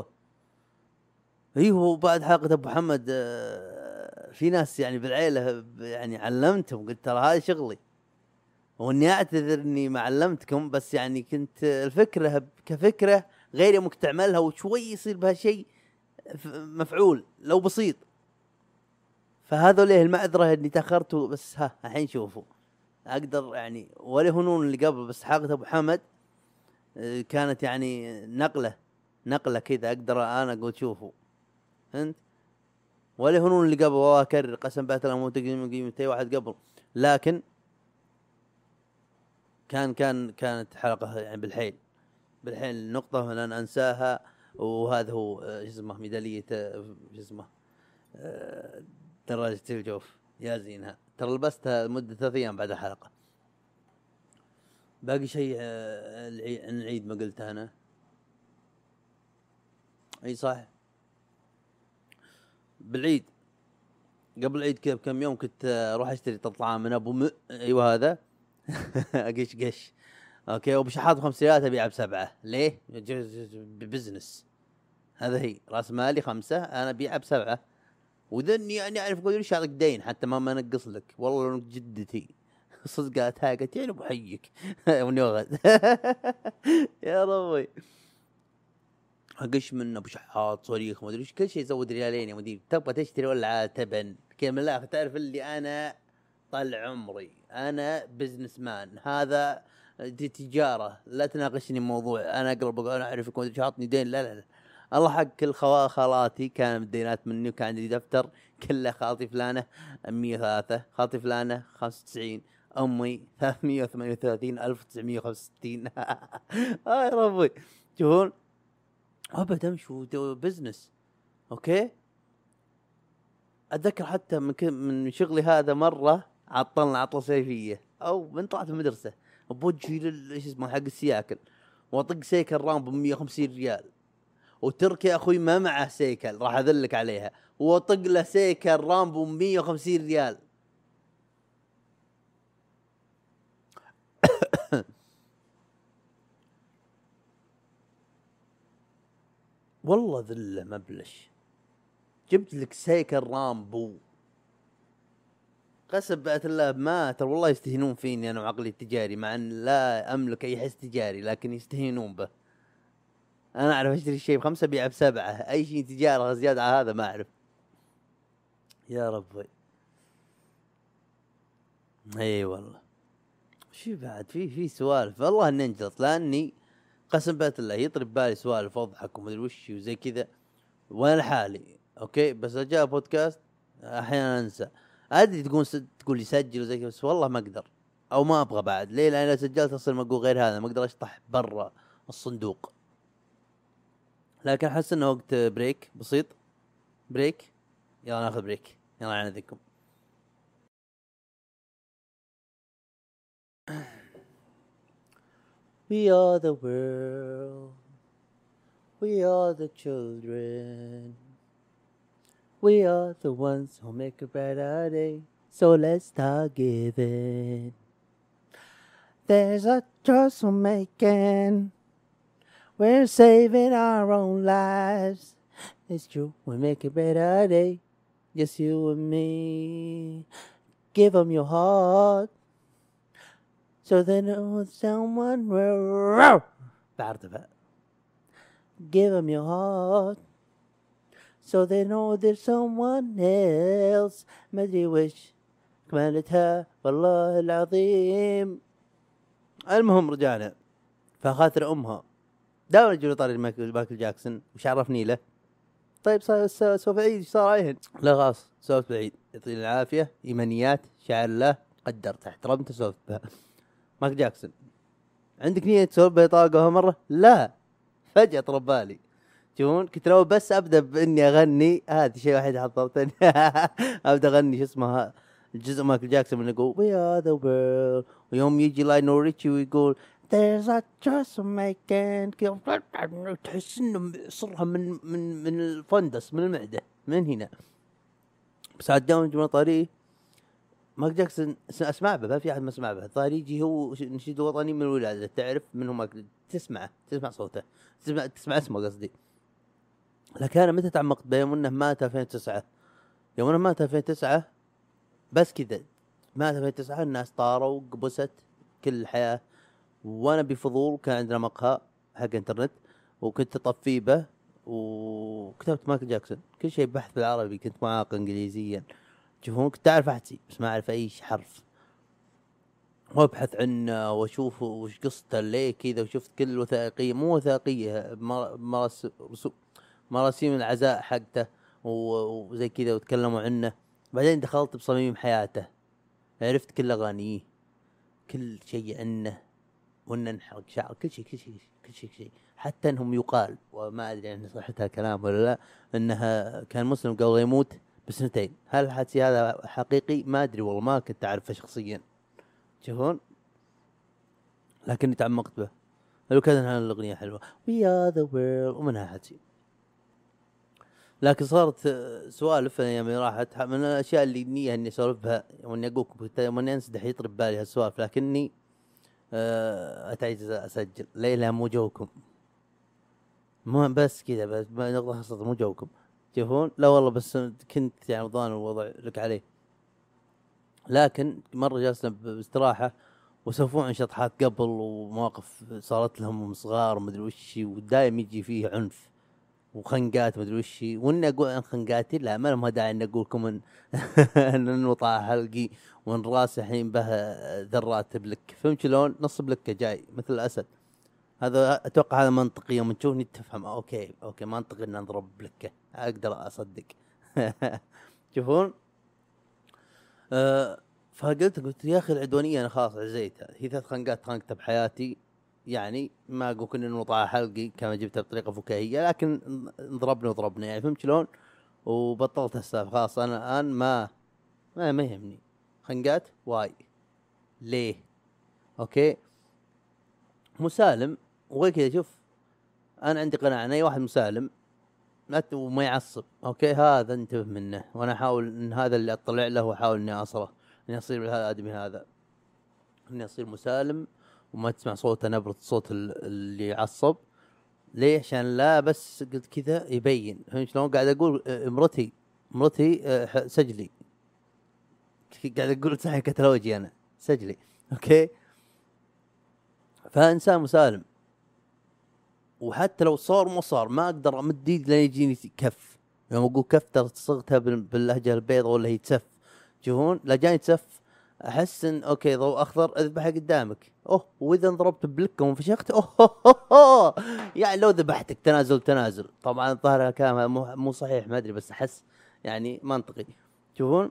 ايوه بعد حلقه ابو محمد في ناس يعني بالعيله يعني علمتهم قلت ترى هذا شغلي واني اعتذر اني ما علمتكم بس يعني كنت الفكره كفكره غير ممكن تعملها وشوي يصير بها شيء مفعول لو بسيط. فهذا ليه المعذره اني تاخرت بس ها الحين شوفوا اقدر يعني ولا هنون اللي قبل بس حلقه ابو حمد كانت يعني نقله نقله كذا اقدر انا اقول شوفوا انت ولا هنون اللي قبل والله اكرر قسم بالله مو تقييم قيمتي واحد قبل لكن كان كان كانت حلقه يعني بالحيل بالحيل نقطه لن انساها. وهذا هو شو اسمه ميداليه شو اسمه دراجه الجوف يا زينها ترى لبستها لمده ثلاث ايام بعد الحلقه. باقي شيء عن العيد ما قلته انا. اي صح بالعيد قبل العيد كذا بكم يوم كنت اروح اشتري طعام من ابو م... ايوه هذا قش قش اوكي وبشحاط خمس ريالات ابيعها بسبعه. ليه ببزنس هذا هي راس مالي خمسه انا ابيعها بسبعه وذني يعني اعرف اقول ليش اعطيك دين حتى ما ما انقص لك والله لو جدتي صدق قالت هاي قلت يعني بحيك ونوغد يا ربي اقش منه بشحاط صريخ ما ادري ايش كل شيء يزود ريالين يا مدير. تبغى تشتري ولا تبن كم الله تعرف اللي انا طال عمري انا بزنس مان هذا دي تجاره لا تناقشني موضوع انا اقرب انا اعرفك ما ادري عطني دين لا لا لا. الله حق كل خوا خالاتي كان مدينات مني وكان عندي دفتر كله خالتي فلانه مية وثلاثة خالتي فلانه خمسة وتسعين امي ثلاثمية وثمانية وثلاثين ألف وتسعمية وخمسة وستين آه يا ربي تشوفون ابدا امشوا بزنس اوكي. اتذكر حتى من من شغلي هذا مره عطلنا عطله صيفيه او من طلعت من المدرسه بوجهي ليش اسمه حق السياكل واطق سيكل رام ب مية وخمسين ريال وتركي اخوي ما معه سيكل راح اذلك عليها واطق له سيكل رام ب مية وخمسين ريال. والله ذله مبلش جبت لك سيكل رامبو قسم بأت الله ما ترى والله يستهينون فيني انا وعقلي التجاري مع ان لا املك اي حس تجاري لكن يستهينون به انا اعرف اشتري شيء بخمسة بيع بسبعة، اي شيء تجاره زياده على هذا ما اعرف. يا ربي اي والله. شو بعد في في سوالف والله اني انجلط، لاني قسم بالله يطرب بالي سوالف واضحك ومدري وش وزي كذا وانا لحالي اوكي، بس جاء بودكاست احيانا انسى. ادري تقول س... تقول لي سجل وزي كذا، بس والله ما اقدر او ما ابغى بعد. ليه؟ لان لو سجلت اصير ما اقول غير هذا، ما اقدر اشطح برا الصندوق. لكن احس انه وقت بريك بسيط. بريك، يلا ناخذ بريك، يلا نعذكم. We are the world, we are the children, we are the ones who make a better day, so let's start giving. There's a choice we're making, we're saving our own lives. It's true, we make a better day, just you and me. Give them your heart, so they know someone will بعرفها. Give them your heart, so they know there's someone else. ما ادري وش كمالتها والله العظيم. المهم رجعنا، فخاطر امها دائما يجي طاري مايكل جاكسون وش عرفني له. طيب سوف عيد ايش صار عليهن؟ لا خلاص سوف بعيد، يعطيني العافيه، ايمانيات، شعر الله، قدرت احترمت سوف بها. مايكل جاكسون عندك نية تسولف بطاقة مرة؟ لا، فجأة طرب بالي. تشوفون كنت لو بس أبدأ بإني أغني، هذا شيء واحد حضرتني أبدأ أغني شو اسمها الجزء مايكل جاكسون من يقول We are the world، ويوم يجي لاينو ريتشي ويقول There's a choice of making، تحس إنه صرها من من من الفندس من المعدة من هنا. بس عاد داون جمال طريق مايكل جاكسون اسمع به، ما في احد ما اسمع به. ظاهر يجي هو نشيد وطني من الولاده، تعرف منه مايكل، تسمعه تسمع صوته، تسمع تسمع اسمه قصدي. لكن انا متى تعمقت به؟ يوم انه مات ألفين وتسعة. يوم انه مات ألفين وتسعة بس كذا، مات ألفين وتسعة الناس طاروا وقبست كل الحياه، وانا بفضول كان عندنا مقهى حق انترنت وكنت اطفيه به وكتبت مايكل جاكسون كل شيء بحث بالعربي، كنت معاق انجليزيا. شوفون كنت أعرف أحكي بس ما أعرف أي حرف، وأبحث عنه وأشوف وش قصته ليه كذا، وشفت كل وثائقية مو وثائقية مرس مراسيم العزاء حقته وزي كذا وتكلموا عنه. بعدين دخلت بصميم حياته، عرفت كل أغانيه كل شيء عنه، وإنه نحرق شعر كل شيء كل شيء كل شيء, كل شيء. حتى أنهم يقال وما أدري عن صحتها الكلام ولا لا، أنها كان مسلم قبل يموت بسنتين. هل الحدث هذا حقيقي؟ ما أدري والله، ما كنت أعرفه شخصيا. شوفون لكني تعمقت به. لو كان الأغنية حلوة We are the world ومنها حدثي. لكن صارت سوالف أيام راحت من الأشياء اللي نية إني أسولف بها، وإني أقولكم وإني أنسدح يطرب بالي هالسوالف، لكني أتعجز أسجل ليلة مو جوكم، مو بس كذا بس نقطة خاصة مو جوكم. تشوفون لا والله بس كنت يعني ضان الوضع لك عليه. لكن مرة جالسنا باستراحة وسوفوا عن شطحات قبل ومواقف صارت لهم وهم صغار ومدري وشي، ودايم يجي فيه عنف وخنقات مدري وشي. وإني أقول عن خنقاتي لا، ما لهم داعي إن أقولكم إن نوطع حلقي وإن راسي الحين به ذرات بلك، فهمت شلون؟ نص بلكة جاي مثل الأسد. هذا أتوقع هذا منطقي، يوم تشوفني تفهم أوكي أوكي منطقي إن نضرب بلكة، أقدر أصدق. شوفون أه فقلت قلت يا أخي العدوانية أنا خلاص عزيتها، هي ثلاث خنقات خنقتها بحياتي، يعني ما أقول كنا نوطع حلقي كما جبتها بطريقة فكاهية، لكن ضربنا وضربنا يعني، فهمت شلون؟ وبطلت السالفة خلاص. أنا الآن ما ما ما يهمني خنقات واي ليه. أوكي مسالم وغير كذا. شوف أنا عندي قناعة أن أي واحد مسالم وما يعصب أوكي هذا انتبه منه، وأنا أحاول إن هذا اللي أطلع له وأحاول إني أصله إني أصير بهذا الآدمي هذا، إني أصير مسالم وما تسمع صوته نبرة صوت اللي يعصب. ليه؟ عشان لا بس قلت كذا يبين، فهمت شلون؟ قاعد أقول مرتي مرتي سجلي، قاعد أقول صحيح كتلوجي أنا سجلي أوكي. فإنسان مسالم وحتى لو صار ما صار ما اقدر امد ايدي لين يجيني كف. يوم اقول كف ترى صغتها باللهجه البيضاء ولا هي تسف. تشوفون لا جاني تسف احس ان اوكي ضوء اخضر اذبحها قدامك. اوه واذا ضربت بلكه وانفشخت اوه هو هو هو. يعني لو ذبحتك تنازل تنازل. طبعا الظاهر كلام مو, مو صحيح ما ادري بس احس يعني منطقي. تشوفون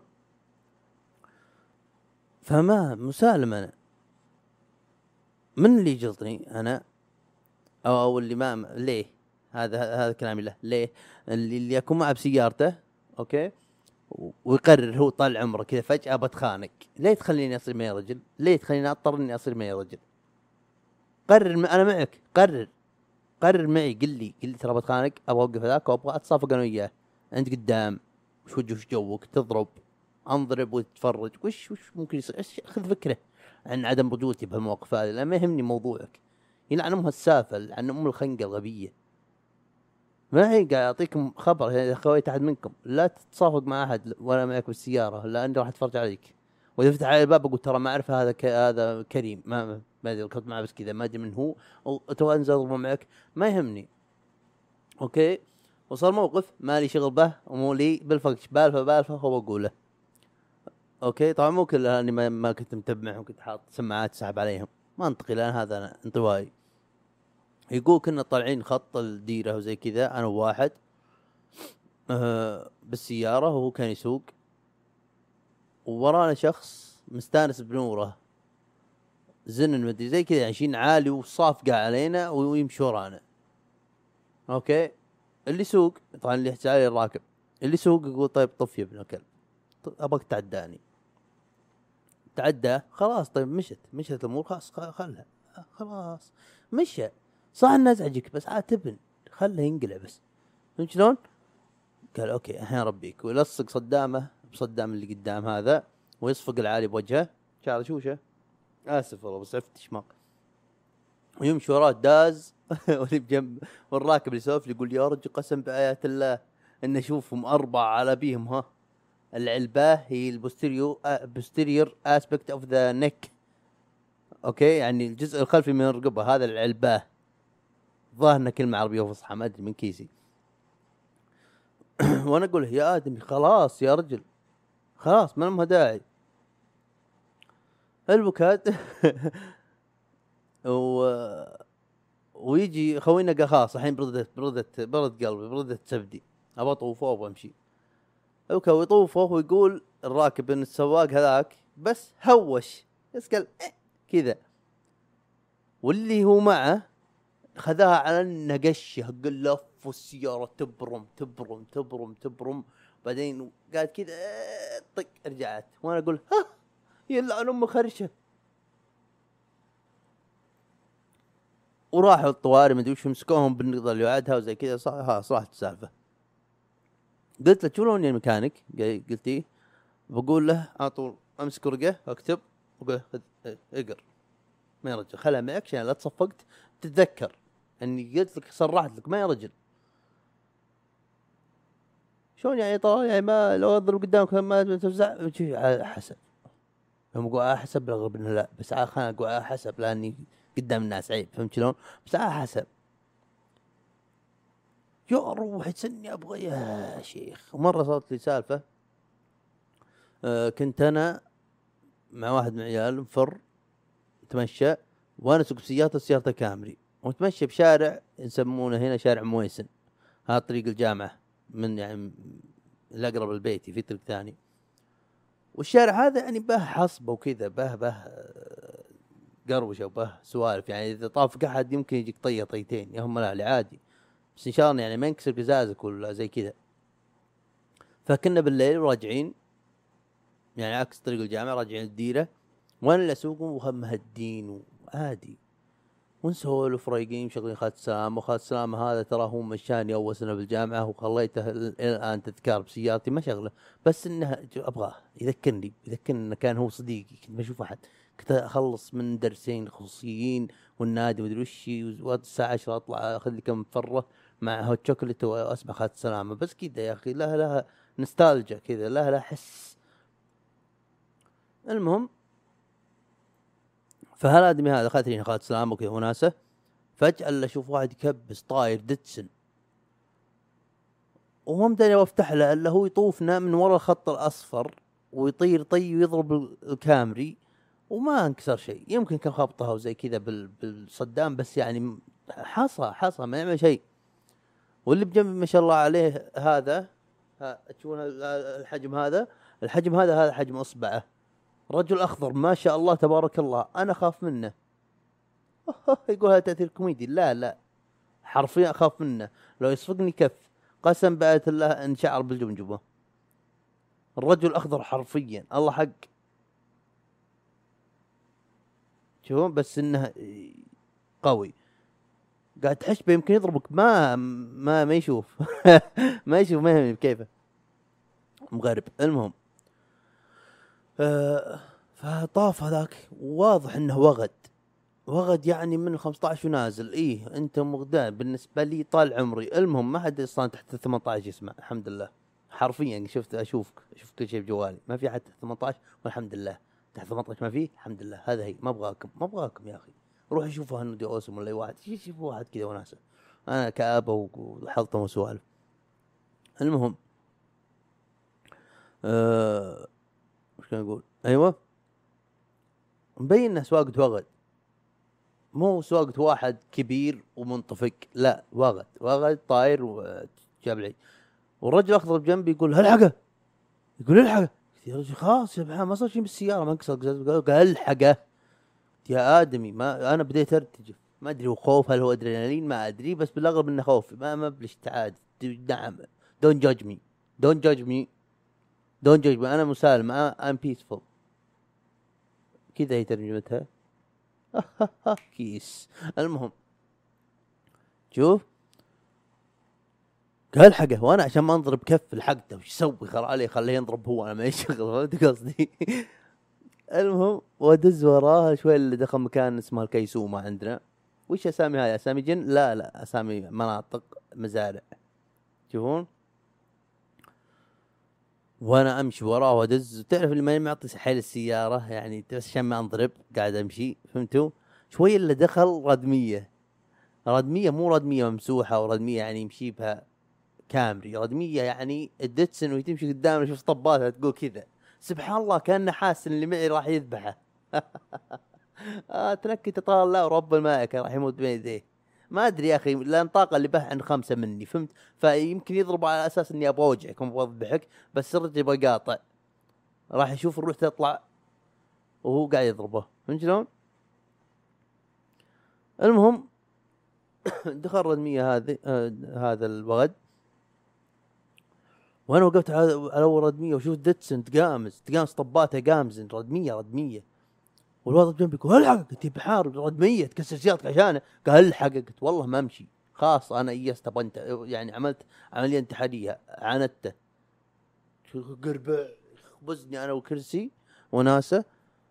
فما مسالم انا من اللي يجلطني انا او او اللي ما ليه هذا هذا كلامي له ليه اللي, اللي يكون معه بسيارته اوكي ويقرر هو طال عمره كذا فجأة بتخانق. ليه تخليني اصير معي رجل؟ ليه تخليني اضطر اني اصير معي رجل؟ قرر م... انا معك قرر قرر معي قل لي قل لي ترى بتخانق ابغى اوقف هذاك وابغى اتصافق انا وياه. انت قدام وش وجه وش جوك تضرب انضرب وتتفرج وش وش ممكن يصير؟ خذ فكره عن عدم رجولتي بهالمواقف هذه. لا ما يهمني موضوعك يلعن ام هالسافل عن ام الخنقه الغبيه. ما هي قاعد اعطيكم خبر اذا خويت احد منكم لا تتصافق مع احد ولا معك بالسياره لا اني راح اتفرج عليك. واذا فتح علي الباب اقول ترى ما اعرف هذا ك... هذا كريم ما ما ادري كنت معه بس كذا ما ادري من هو تو انزل اضرب معك ما يهمني اوكي. وصار موقف ما لي شغل به ومو لي بالفقش بالفه بالفه هو بقوله اوكي. طبعا مو كل اني ما, ما كنت متبع وكنت حاط سماعات سحب عليهم منطقي لان هذا أنا انطوائي. يقول كنا طالعين خط الديره وزي كذا انا وواحد أه بالسياره وهو كان يسوق وورانا شخص مستانس بنوره زن مدري زي كذا عايشين عالي وصافقه علينا ويمشي ورانا اوكي. اللي يسوق طبعا اللي يحتاج عليه الراكب اللي يسوق يقول طيب طف يا ابن الكلب ابغاك تعداني. تعدى خلاص طيب مشت مشت الامور خلاص خلها خلاص مشى صح انه ازعجك بس عاتبن خله ينقلع بس فهمت شلون؟ قال اوكي الحين ربيك ويلصق صدامه بصدام اللي قدام هذا ويصفق العالي بوجهه شعر شوشه اسف والله بس عفت شماق ويمشي وراه داز واللي بجنب والراكب اللي يسولف يقول يا رجل قسم بآيات الله ان اشوفهم اربعه على بيهم ها. العلباه هي البوستيريو بوستيريور اسبكت اوف ذا نيك اوكي يعني الجزء الخلفي من الرقبه هذا العلباه. ظاهرنا كلمه عربيه فصحى ما ادري من كيسي. وانا اقول يا ادمي خلاص يا رجل خلاص ما لها داعي. البكات و ويجي خوينا قال خلاص الحين بردت بردت برد قلبي بردت سبدي ابى اطوفه وابغى امشي. اوكي ويطوفه ويقول الراكب ان السواق هذاك بس هوش بس قال إيه كذا واللي هو معه خذاها على انه قشه قال لف والسياره تبرم تبرم تبرم تبرم بعدين قاعد كذا طق رجعت وانا اقول ها يلعن ام خرشه. وراحوا الطوارئ ما ادري وش مسكوهم بالنقطه اللي وعدها وزي كذا صح صراحه السالفه. قلت له شلون الميكانيك قلت ايه بقول له على طول امسك ورقه اكتب وقول اقر ما يا رجل خلها معك عشان لا تصفقت تتذكر اني قلت لك صرحت لك ما يا رجل شلون يعني طال يعني ما لو اضرب قدامك ما تفزع على حسب يوم اقول على حسب اغلب انه لا بس خليني اقول على حسب لاني قدام الناس عيب فهمت شلون بس على حسب يا روح تسني ابغى يا شيخ. ومره صارت لي سالفه أه كنت انا مع واحد من عيال مفر نتمشى وانا سوق سيارته سيارته كامري ونتمشى بشارع يسمونه هنا شارع مويسن هذا طريق الجامعه من يعني الاقرب لبيتي في طريق ثاني. والشارع هذا يعني به حصبه وكذا به به قروشه وبه سوالف يعني اذا طافك احد يمكن يجيك طيه طيتين يا هم لا عادي بس ان شاء الله يعني ما ينكسر قزازك ولا زي كذا. فكنا بالليل راجعين يعني عكس طريق الجامعه راجعين الديره وانا اللي اسوق وهم مهدين وعادي ونسولف رايقين مشغلين خالد سلام. وخالد سلام هذا ترى هو مشاني اول سنه بالجامعه وخليته الان تذكار بسيارتي ما شغله بس انه ابغاه يذكرني يذكرني انه كان هو صديقي كنت ما اشوف احد كنت اخلص من درسين خصوصيين والنادي مدري وش الساعه عشرة اطلع اخذ لي كم فره مع هوت شوكولات واسمع خالد سلامه بس كذا يا اخي لها لها نوستالجيا كذا لها لها حس. المهم فهالادمي هذا خاطرين خالد سلامه وكذا وناسه فجاه الا اشوف واحد يكبس طاير ديتسن، وما مداني وافتح له الا هو يطوفنا من ورا الخط الاصفر ويطير طي ويضرب الكامري وما انكسر شيء. يمكن كان خبطها وزي كذا بال... بالصدام، بس يعني حصى حصى ما يعمل شيء. واللي بجنبي ما شاء الله عليه هذا، ها تشوفون الحجم هذا، الحجم هذا هذا حجم اصبعه، رجل اخضر ما شاء الله تبارك الله، انا اخاف منه. يقول هذا تاثير كوميدي، لا لا حرفيا اخاف منه، لو يصفقني كف قسم بآية الله ان شعر بالجمجمه. الرجل الاخضر حرفيا الله حق. شوفون بس انه قوي، قاعد تحش به يمكن يضربك ما ما ما يشوف. ما يشوف ما يهمني بكيفه مغرب. المهم آه فطاف هذاك واضح انه وغد وغد يعني من خمسة عشر ونازل. ايه انت مغدان بالنسبه لي طال عمري. المهم ما حد اصلا تحت ثمانية عشر يسمع الحمد لله، حرفيا شفت اشوفك اشوف كل شيء بجوالي، ما في حد تحت ثمانية عشر والحمد لله. تحت ثمانية عشر ما فيه الحمد لله. هذا هي ما ابغاكم ما ابغاكم يا اخي، روح شوفوا هندي اوسم ولا اي واحد شوفوا واحد كذا وناسه، انا كآبه وحلطه وسوالف. المهم أه... وش كان اقول؟ ايوه مبين انه سواقة وغد، مو سواقة واحد كبير ومنطفق، لا وغد وغد طاير وجاب لي. والرجل الاخضر بجنبي يقول الحقه، يقول الحقه يا رجل خلاص يا سبحان ما صار شيء بالسياره ما انكسر. قال الحقه يا ادمي. ما انا بديت ارتجف، ما ادري هو خوف هل هو ادرينالين ما ادري، بس بالاغلب انه خوف. ما ما بلش تعاد. نعم دونت جادج مي دونت جادج مي دونت جادج مي انا مسالم ام بيسفول كذا هي ترجمتها. كيس. المهم شوف قال حقه وانا عشان ما انضرب كف الحقته وش يسوي خل عليه خليه ينضرب هو انا ما يشغل. فهمت قصدي؟ المهم ودز وراه شوي اللي دخل مكان اسمه الكيسومة عندنا. وش اسامي هاي؟ اسامي جن؟ لا لا اسامي مناطق مزارع. تشوفون وانا امشي وراه ودز. تعرف اللي ما معطي حيل السياره يعني بس عشان ما انضرب قاعد امشي. فهمتوا؟ شوي اللي دخل ردميه ردميه مو ردميه ممسوحه وردميه يعني يمشي بها كامري، ردميه يعني الدتسن وتمشي قدامنا شوف طباتها تقول كذا سبحان الله كانه حاسس اللي معي راح يذبحه. آه تنكت طال الله ورب الملائكه راح يموت بين يديه. ما ادري يا اخي لان طاقه اللي به عند خمسه مني. فهمت؟ فيمكن يضرب على اساس اني ابغى اوجعك وابغى اذبحك، بس الرجل يبغى قاطع راح يشوف الروح تطلع وهو قاعد يضربه. فهمت شلون؟ المهم دخل ردميه هذه آه هذا الوغد وانا وقفت على اول ردميه وشوف دتسن تقامز تقامز طباته قامز ردميه ردميه. والوضع جنبي يقول الحق قلت بحار ردميه تكسر سيارتك عشانه. قال الحق قلت والله ما امشي خلاص انا ايست بنت يعني عملت عمليه انتحاريه عاندته. شو قربع خبزني انا وكرسي وناسه.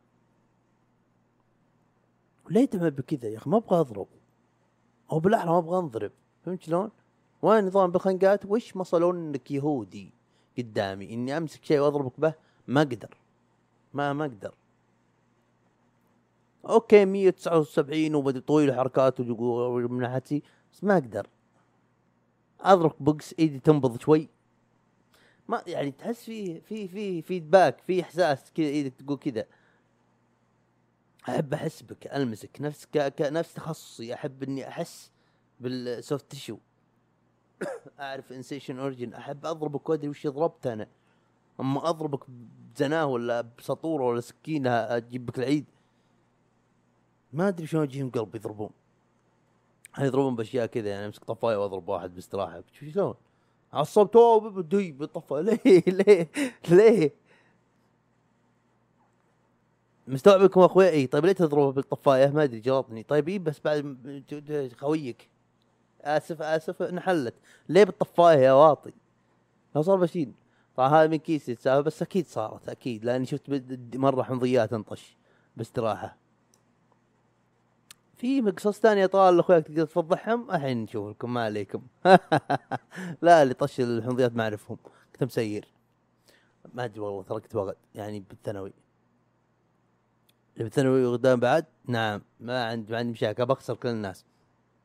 ليه تعمل بكذا يا اخي؟ ما ابغى اضرب او بالاحرى ما ابغى انضرب. فهمت شلون؟ وين نظام بالخنقات؟ وش مصلون انك يهودي قدامي اني امسك شيء واضربك به؟ ما اقدر ما ما اقدر. اوكي مية وتسعة وسبعين وبدي طويل حركات من ناحيتي بس ما اقدر اضرب بوكس ايدي تنبض شوي. ما يعني تحس في في في فيدباك في احساس كذا ايدك تقول كذا احب احس بك المسك نفس ك... نفس تخصصي. احب اني احس بالسوفت تيشو اعرف انسيشن اوريجن. احب اضربك وادري وش ضربت انا. اما اضربك بزناه ولا بسطوره ولا سكينه اجيب بك العيد ما ادري شلون يجيهم قلب يضربون. يضربون باشياء كذا يعني امسك طفايه واضرب واحد باستراحه. شو شلون عصبته بدي بالطفايه؟ ليه ليه ليه مستوعبكم اخويا؟ طيب ليه تضربه بالطفايه؟ ما ادري جلطني. طيب إيه بس بعد خويك اسف اسف انحلت ليه بالطفايه يا واطي؟ لو صار بشيل طبعا هذا من كيسي السالفه بس اكيد صارت اكيد لاني شفت مره حمضيات انطش باستراحه. في قصص ثانيه طال اخوياك تقدر تفضحهم الحين نشوف لكم ما عليكم. لا اللي طش الحمضيات ما اعرفهم كنت مسير ما ادري والله تركت وقت يعني بالثانوي. اللي بالثانوي قدام بعد نعم ما عندي ما عندي مشاكل بخسر كل الناس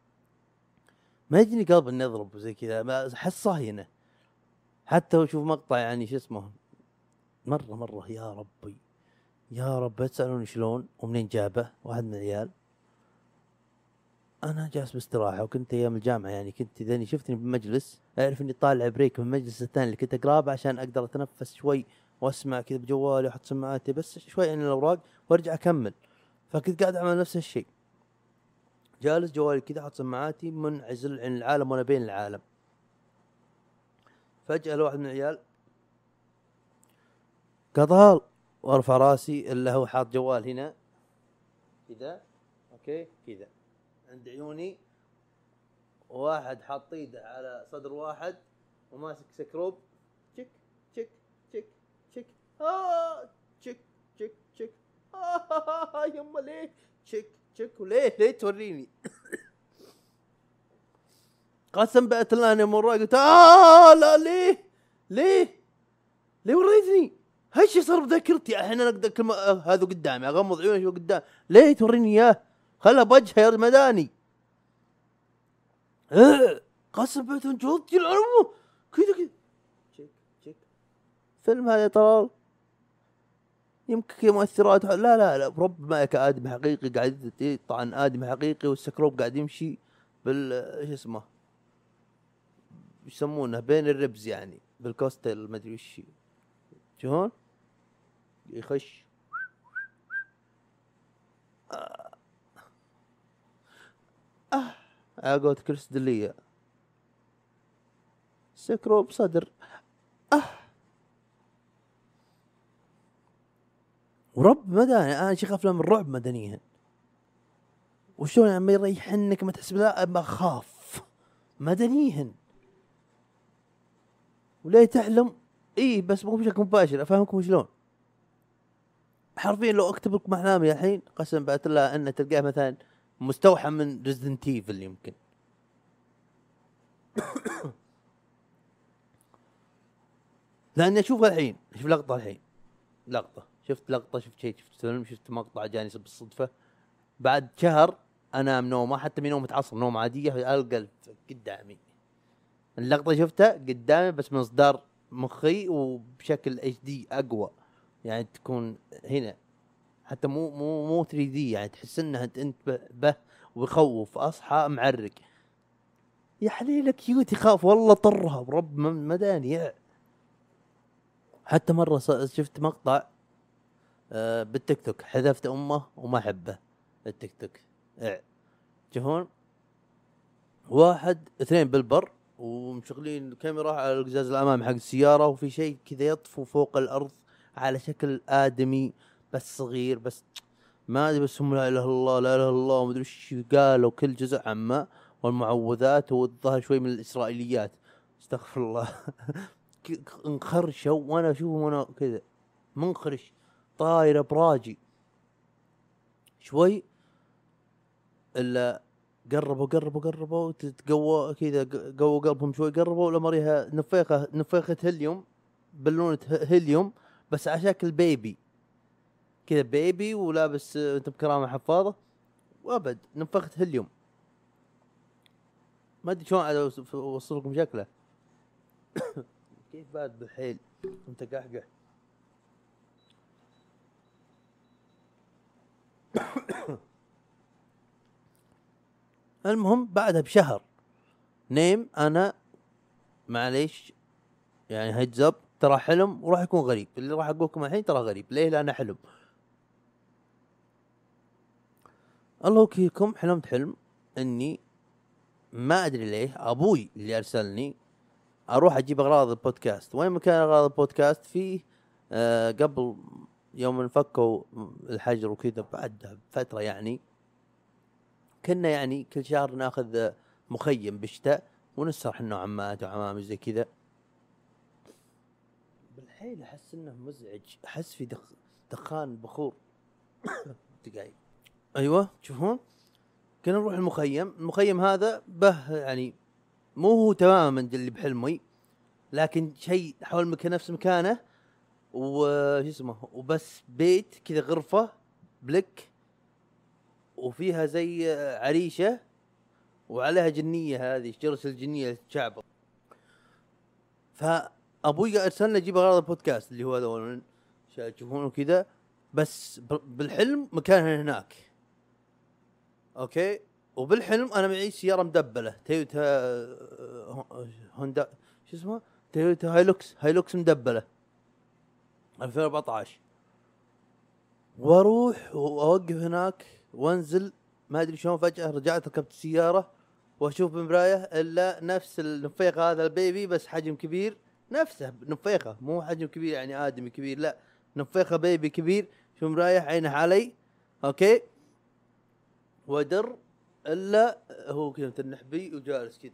ما يجيني قلب اني اضرب زي كذا، ما احس صهينه. حتى وشوف مقطع يعني شو اسمه مره مره يا ربي يا رب تسالوني شلون ومنين جابه واحد من العيال. انا جالس باستراحه وكنت ايام الجامعه يعني كنت اذا شفتني بمجلس اعرف اني طالع بريك من المجلس الثاني اللي كنت اقرابه عشان اقدر اتنفس شوي واسمع كذا بجوالي واحط سماعاتي بس شوي عن الاوراق وارجع اكمل. فكنت قاعد اعمل نفس الشيء، جالس جوالي كذا احط سماعاتي منعزل عن العالم وانا بين العالم. فجأة الواحد من العيال قطال وارفع راسي الا هو حاط جوال هنا كذا اوكي كذا عند عيوني، واحد حاط ايده على صدر واحد وماسك سكروب تشك تشك تشك تشك اه تشك تشك تشك اه يما ليه تشك تشك وليه ليه توريني قسم بأت الله انا مرة قلت اه لا ليه ليه ليه وريتني هالشي صار بذاكرتي الحين انا اقدر كلمة آه هذا قدامي اغمض عيوني شو قدام ليه توريني اياه خلها بوجهه يا مداني أه قسم بيت جلطي العلمو كذا كذا تشيك تشيك فيلم هذا ترى يمكن مؤثرات لا لا لا برب ما كآدم حقيقي قاعد يطعن آدم حقيقي والسكروب قاعد يمشي بال ايش اسمه يسمونه بين الربز يعني بالكوستل ما ادري وش شلون يخش اه, آه. عقود كريس دلية سكروب صدر اه ورب مدني انا شيخ افلام الرعب مدنيا وشلون عم يريحنك ما تحسب لا بخاف مدنيا وليه تحلم ايه بس مو بشكل مباشر افهمكم شلون حرفيا لو اكتب لكم احلامي الحين قسم بالله ان تلقاه مثلا مستوحى من ريزدنت ايفل يمكن لاني اشوف الحين شوف لقطه الحين لقطه شفت لقطه شفت شيء شفت فيلم شفت مقطع جاني بالصدفه بعد شهر انام نومه حتى من نومه عصر نوم عاديه القى قدامي اللقطه شفتها قدامي بس من اصدار مخي وبشكل اتش دي اقوى يعني تكون هنا حتى مو مو مو ثري دي يعني تحس انها انت به ويخوف اصحى معرق يا حليلك كيوت يخاف والله طرها برب مداني. حتى مرة شفت مقطع آه بالتيك توك حذفت امه وما احبه التيك توك شوفون واحد اثنين بالبر ومشغلين الكاميرا على القزاز الامامي حق السيارة وفي شيء كذا يطفو فوق الارض على شكل ادمي بس صغير بس ما ادري بس هم لا اله الا الله لا اله الا الله وما ادري ايش قالوا كل جزء عما والمعوذات والظاهر شوي من الاسرائيليات استغفر الله انخرشوا وانا اشوفهم وانا كذا منخرش طايره براجي شوي الا قربوا قربوا قربوا تتقوى كذا قووا قلبهم شوي قربوا لما ريها نفيخه نفيخه هيليوم بالونه هيليوم بس على شكل بيبي كذا بيبي ولابس انت بكرامه حفاضه وابد نفخت هيليوم ما ادري شلون اوصل لكم شكله كيف باد بالحيل انت قحقح المهم بعدها بشهر نيم انا معليش يعني هيدز اب ترى حلم وراح يكون غريب اللي راح اقول لكم الحين ترى غريب ليه لانه حلم الله يوكيكم حلمت حلم اني ما ادري ليه ابوي اللي ارسلني اروح اجيب اغراض البودكاست وين مكان اغراض البودكاست فيه آه قبل يوم انفكوا الحجر وكذا بعد فترة يعني كنا يعني كل شهر ناخذ مخيم بالشتاء ونسرح انه عمات وعمام زي كذا بالحيل احس انه مزعج احس في دخ... دخان بخور دقايق ايوه تشوفون كنا نروح المخيم المخيم هذا به يعني مو هو تماما اللي بحلمي لكن شيء حول مكان نفس مكانه وش اسمه وبس بيت كذا غرفة بلك وفيها زي عريشة وعليها جنيه، هذه جرس الجنيه تشعبط. فابوي ارسلنا اجيب اغراض البودكاست اللي هو هذول تشوفونه كذا، بس بالحلم مكانها هناك. اوكي، وبالحلم انا معي سياره مدبله تويوتا هوندا شو اسمه تويوتا هايلوكس هايلوكس مدبله ألفين وأربعة عشر، واروح واوقف هناك وانزل ما ادري شلون فجاه رجعت ركبت السياره واشوف بمرايه الا نفس النفيقه هذا البيبي بس حجم كبير، نفسه نفيقه مو حجم كبير يعني ادمي كبير، لا نفيقه بيبي كبير شو مرايه عينه علي. اوكي، ودر الا هو كذا متنحبي وجالس كذا،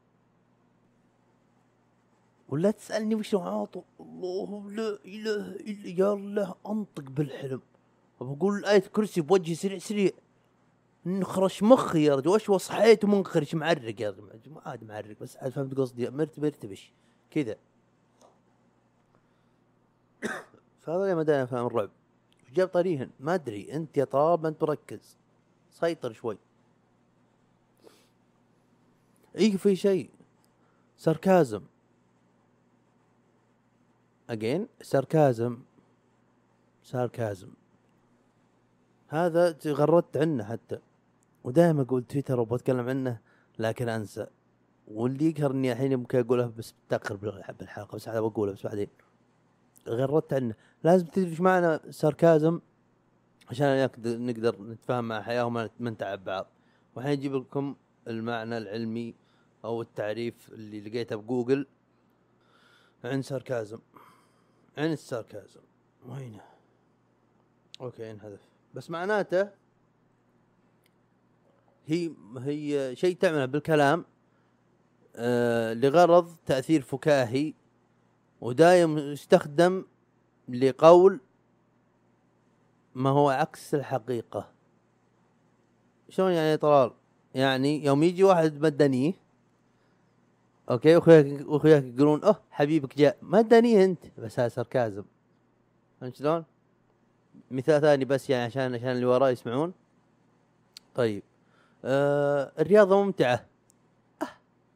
ولا تسالني وش عاطو الله لا اله الا يا الله انطق بالحلم وبقول آية كرسي بوجهي سريع سريع نخرش مخي يا رجل، وش وصحيت ومنخرش معرق يا رجل، ما عاد معرق بس عاد فهمت قصدي مرتب مرتبش كذا. فهذا ما دام فاهم الرعب جاب طريهن ما ادري انت يا طراب ما انت مركز سيطر شوي. اي في شيء ساركازم اجين ساركازم ساركازم هذا تغردت عنه حتى، ودائما اقول تويتر وبتكلم عنه لكن انسى، واللي يقهر اني الحين ممكن اقولها بس بتاخر بالحلقه بس هذا بقوله بس بعدين غردت عنه. لازم تدري ايش معنى ساركازم عشان نقدر نتفاهم مع الحياه وما نتعب بعض. وحين اجيب لكم المعنى العلمي او التعريف اللي لقيته بجوجل عن ساركازم. عن الساركازم وينه؟ اوكي انحذف، بس معناته هي هي شيء تعمله بالكلام آه لغرض تأثير فكاهي، ودايم يستخدم لقول ما هو عكس الحقيقة. شلون يعني طلال؟ يعني يوم يجي واحد مدني اوكي واخوياك واخوياك يقولون اه حبيبك جاء مدني انت، بس هذا ساركازم. فهمت شلون؟ مثال ثاني بس يعني عشان عشان اللي وراي يسمعون. طيب آه الرياضة ممتعة. آه.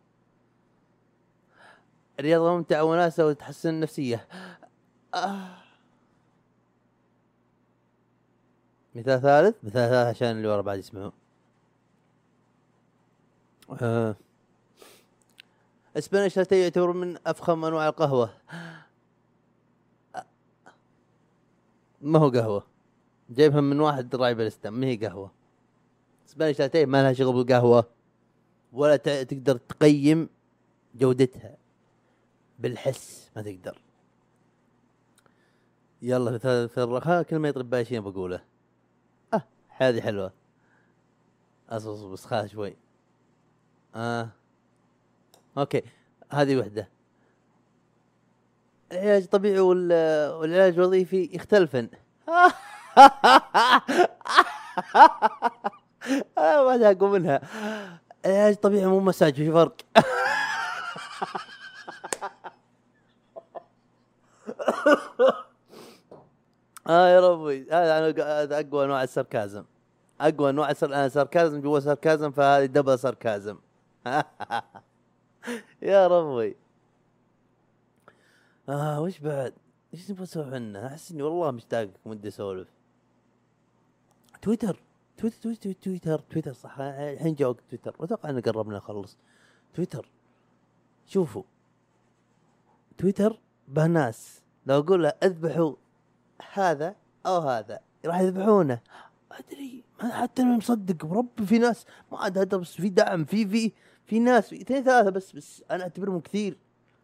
الرياضة ممتعة وناسة وتحسن النفسية. آه. مثال ثالث مثال ثالث عشان اللي ورا بعد يسمعون. آه. اسبانيش لاتيه يعتبر من افخم انواع القهوة. آه. ما هو قهوة، جايبها من واحد راعي بالاسلام، ما هي قهوة. اسبانيش لاتيه ما لها شغل بالقهوة ولا تقدر تقيم جودتها بالحس، ما تقدر. يلا مثال ها كلمة يطرب باشين بقوله. اه هذه حلوة اصص بس خاش شوي. اه اوكي هذه وحدة. العلاج الطبيعي والعلاج الوظيفي يختلفن. انا ما ادري اقول منها. العلاج الطبيعي مو مساج في فرق. اه يا ربي هذا اقوى انواع الساركازم، اقوى انواع الساركازم جوا ساركازم، فهذه دبل ساركازم. يا ربي. اه وش بعد ايش نبغى نسولف عنه؟ احس اني والله مشتاق ودي اسولف. تويتر تويتر تويتر تويتر تويتر صح الحين جاء وقت تويتر، واتوقع ان قربنا نخلص. تويتر شوفوا تويتر بناس لو اقول له اذبحوا هذا او هذا راح يذبحونه. ادري ما حتى انا مصدق بربي في ناس ما عاد هذا بس في دعم في في في ناس في اثنين ثلاثه بس بس انا اعتبرهم كثير.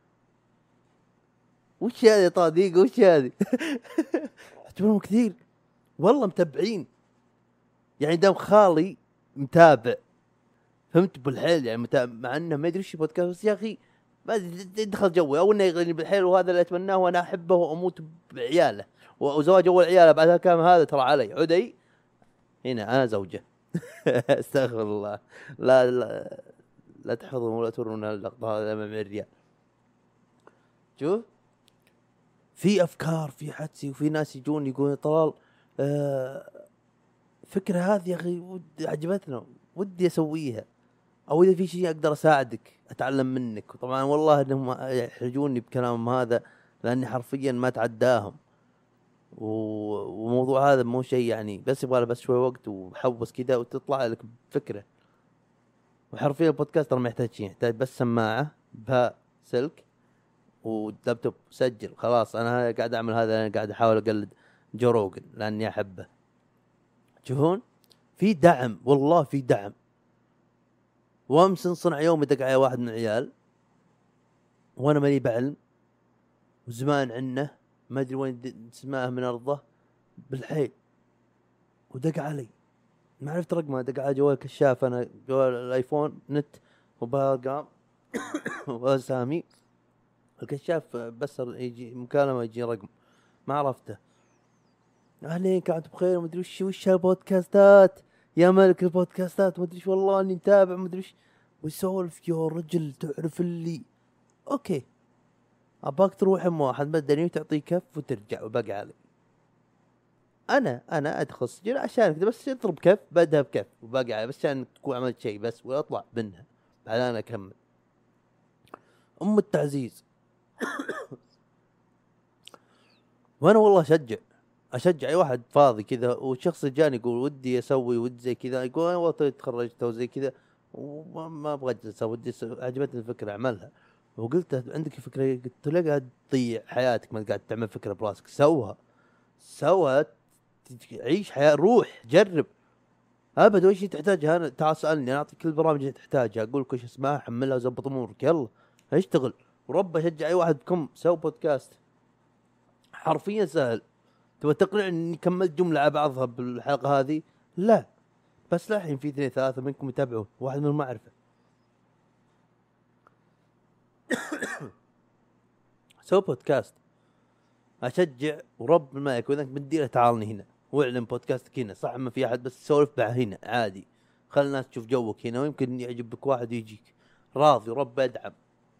وش هذه طاديقه وش هذه؟ اعتبرهم كثير والله متابعين، يعني دام خالي متابع فهمت بالحيل يعني متابع، مع انه ما ادري وش بودكاست بس يا اخي ما دخل جوي او انه يغني بالحيل، وهذا اللي اتمناه وانا احبه واموت بعياله وزواج اول عياله بعدها كام هذا ترى علي عدي هنا انا زوجه. استغفر الله. لا لا لا تحفظون ولا ترون اللقطه هذا امام الريال. شوف في افكار في حدسي وفي ناس يجون يقولون طلال آه فكره هذه يا اخي ودي عجبتنا ودي اسويها. او اذا في شيء اقدر اساعدك اتعلم منك. وطبعا والله انهم يحرجوني بكلامهم هذا لاني حرفيا ما اتعداهم. و- وموضوع هذا مو شيء يعني، بس يبغى له بس شوي وقت وحوس كذا وتطلع لك بفكره. وحرفيا البودكاست ترى ما يحتاج شيء، يحتاج بس سماعه بها سلك ولابتوب سجل خلاص. انا قاعد اعمل هذا، انا قاعد احاول اقلد جو روجن لاني احبه. تشوفون في دعم، والله في دعم. وامس انصنع يوم دق علي واحد من العيال وانا ماني بعلم وزمان عنه ما ادري وين د- سماعه من ارضه بالحيل، ودق علي ما عرفت رقمه. دق على جوال كشاف، انا جوال الايفون نت وبارقام واسامي الكشاف بس يجي مكالمه يجي رقم ما عرفته. اهلين كنت بخير مدري وش وش هالبودكاستات يا ملك البودكاستات مدري وش، والله اني متابع مدري وش. ويسولف يا رجل تعرف اللي اوكي اباك تروح ام واحد بدني وتعطيه كف وترجع وبقى علي. انا انا ادخل سجل عشان كذا بس اضرب كف بدها بكف وبقى علي بس عشان تكون عملت شيء بس واطلع منها بعدين انا اكمل. ام التعزيز وانا والله اشجع اشجع اي واحد فاضي كذا وشخص جاني يقول ودي اسوي ودي زي كذا، يقول انا والله تخرجت وزي كذا وما ما ابغى اجلس ودي س- عجبتني الفكره اعملها. وقلت عندك فكره، قلت له قاعد تضيع حياتك ما قاعد تعمل فكره براسك، سوها سوها عيش حياه، روح جرب ابد. وش تحتاجها انا تعال سالني انا اعطيك كل البرامج اللي تحتاجها، اقول لك وش اسمها حملها وزبط امورك يلا اشتغل. ورب اشجع اي واحد بكم سوي بودكاست حرفيا سهل. تبغى تقنعني اني كملت جمله على بعضها بالحلقه هذه؟ لا بس لا الحين في اثنين ثلاثه منكم يتابعون واحد منهم ما اعرفه. سوي بودكاست اشجع ورب الملك واذا بدي له تعالني هنا واعلن بودكاستك هنا صح ما في احد بس سولف بها هنا عادي، خلي الناس تشوف جوك هنا ويمكن يعجبك واحد ويجيك راضي ورب ادعم.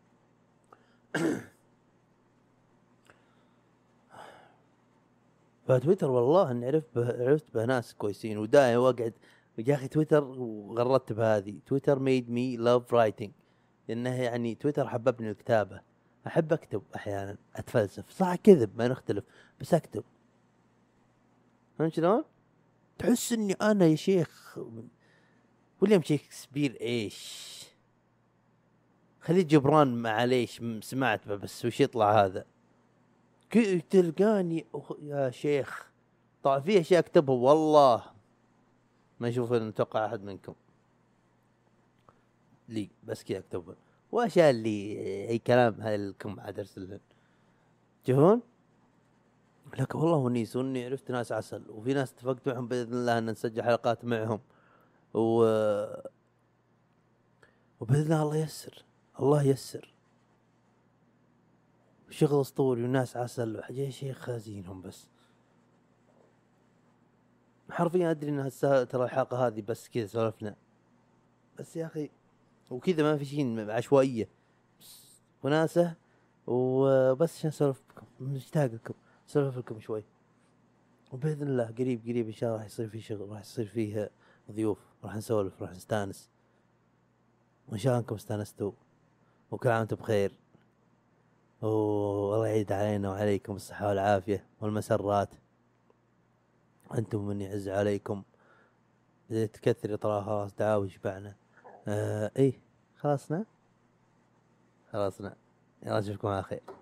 فتويتر والله اني عرفت به عرفت به ناس كويسين ودائما واقعد يا اخي تويتر وغردت بهذه. تويتر ميد مي لاف رايتنج لانه يعني تويتر حببني الكتابه. احب اكتب احيانا اتفلسف صح كذب ما نختلف بس اكتب. فهمت شلون؟ تحس اني انا يا شيخ ويليام شكسبير ايش خليل جبران معليش م- سمعت به بس وش يطلع هذا كي تلقاني أخ... يا شيخ طبعا في اشياء اكتبها والله ما اشوف نتوقع احد منكم لي بس كذا اكتبها، واشياء اللي اي كلام هاي لكم عاد ارسلهن تشوفون. لك والله ونيس واني عرفت ناس عسل وفي ناس اتفقت معهم باذن الله ان نسجل حلقات معهم و وباذن الله ييسر الله ييسر. شغل اسطوري وناس عسل وحاجة شيخ خازينهم بس حرفيا ادري ان هسه ترى الحلقه هذه بس كذا سولفنا بس يا اخي وكذا ما في شيء عشوائيه وناسه وبس عشان اسولف بكم مشتاق لكم اسولف لكم شوي. وباذن الله قريب قريب ان شاء الله راح يصير في شغل راح يصير فيه ضيوف راح نسولف راح نستانس وان شاء الله انكم استانستوا وكل عام وانتم بخير والله يعيد علينا وعليكم الصحة والعافية والمسرات. أنتم من يعز عليكم إذا تكثر ترى خلاص دعاوي شبعنا. آه إيه خلاصنا خلاصنا يلا أشوفكم على خير.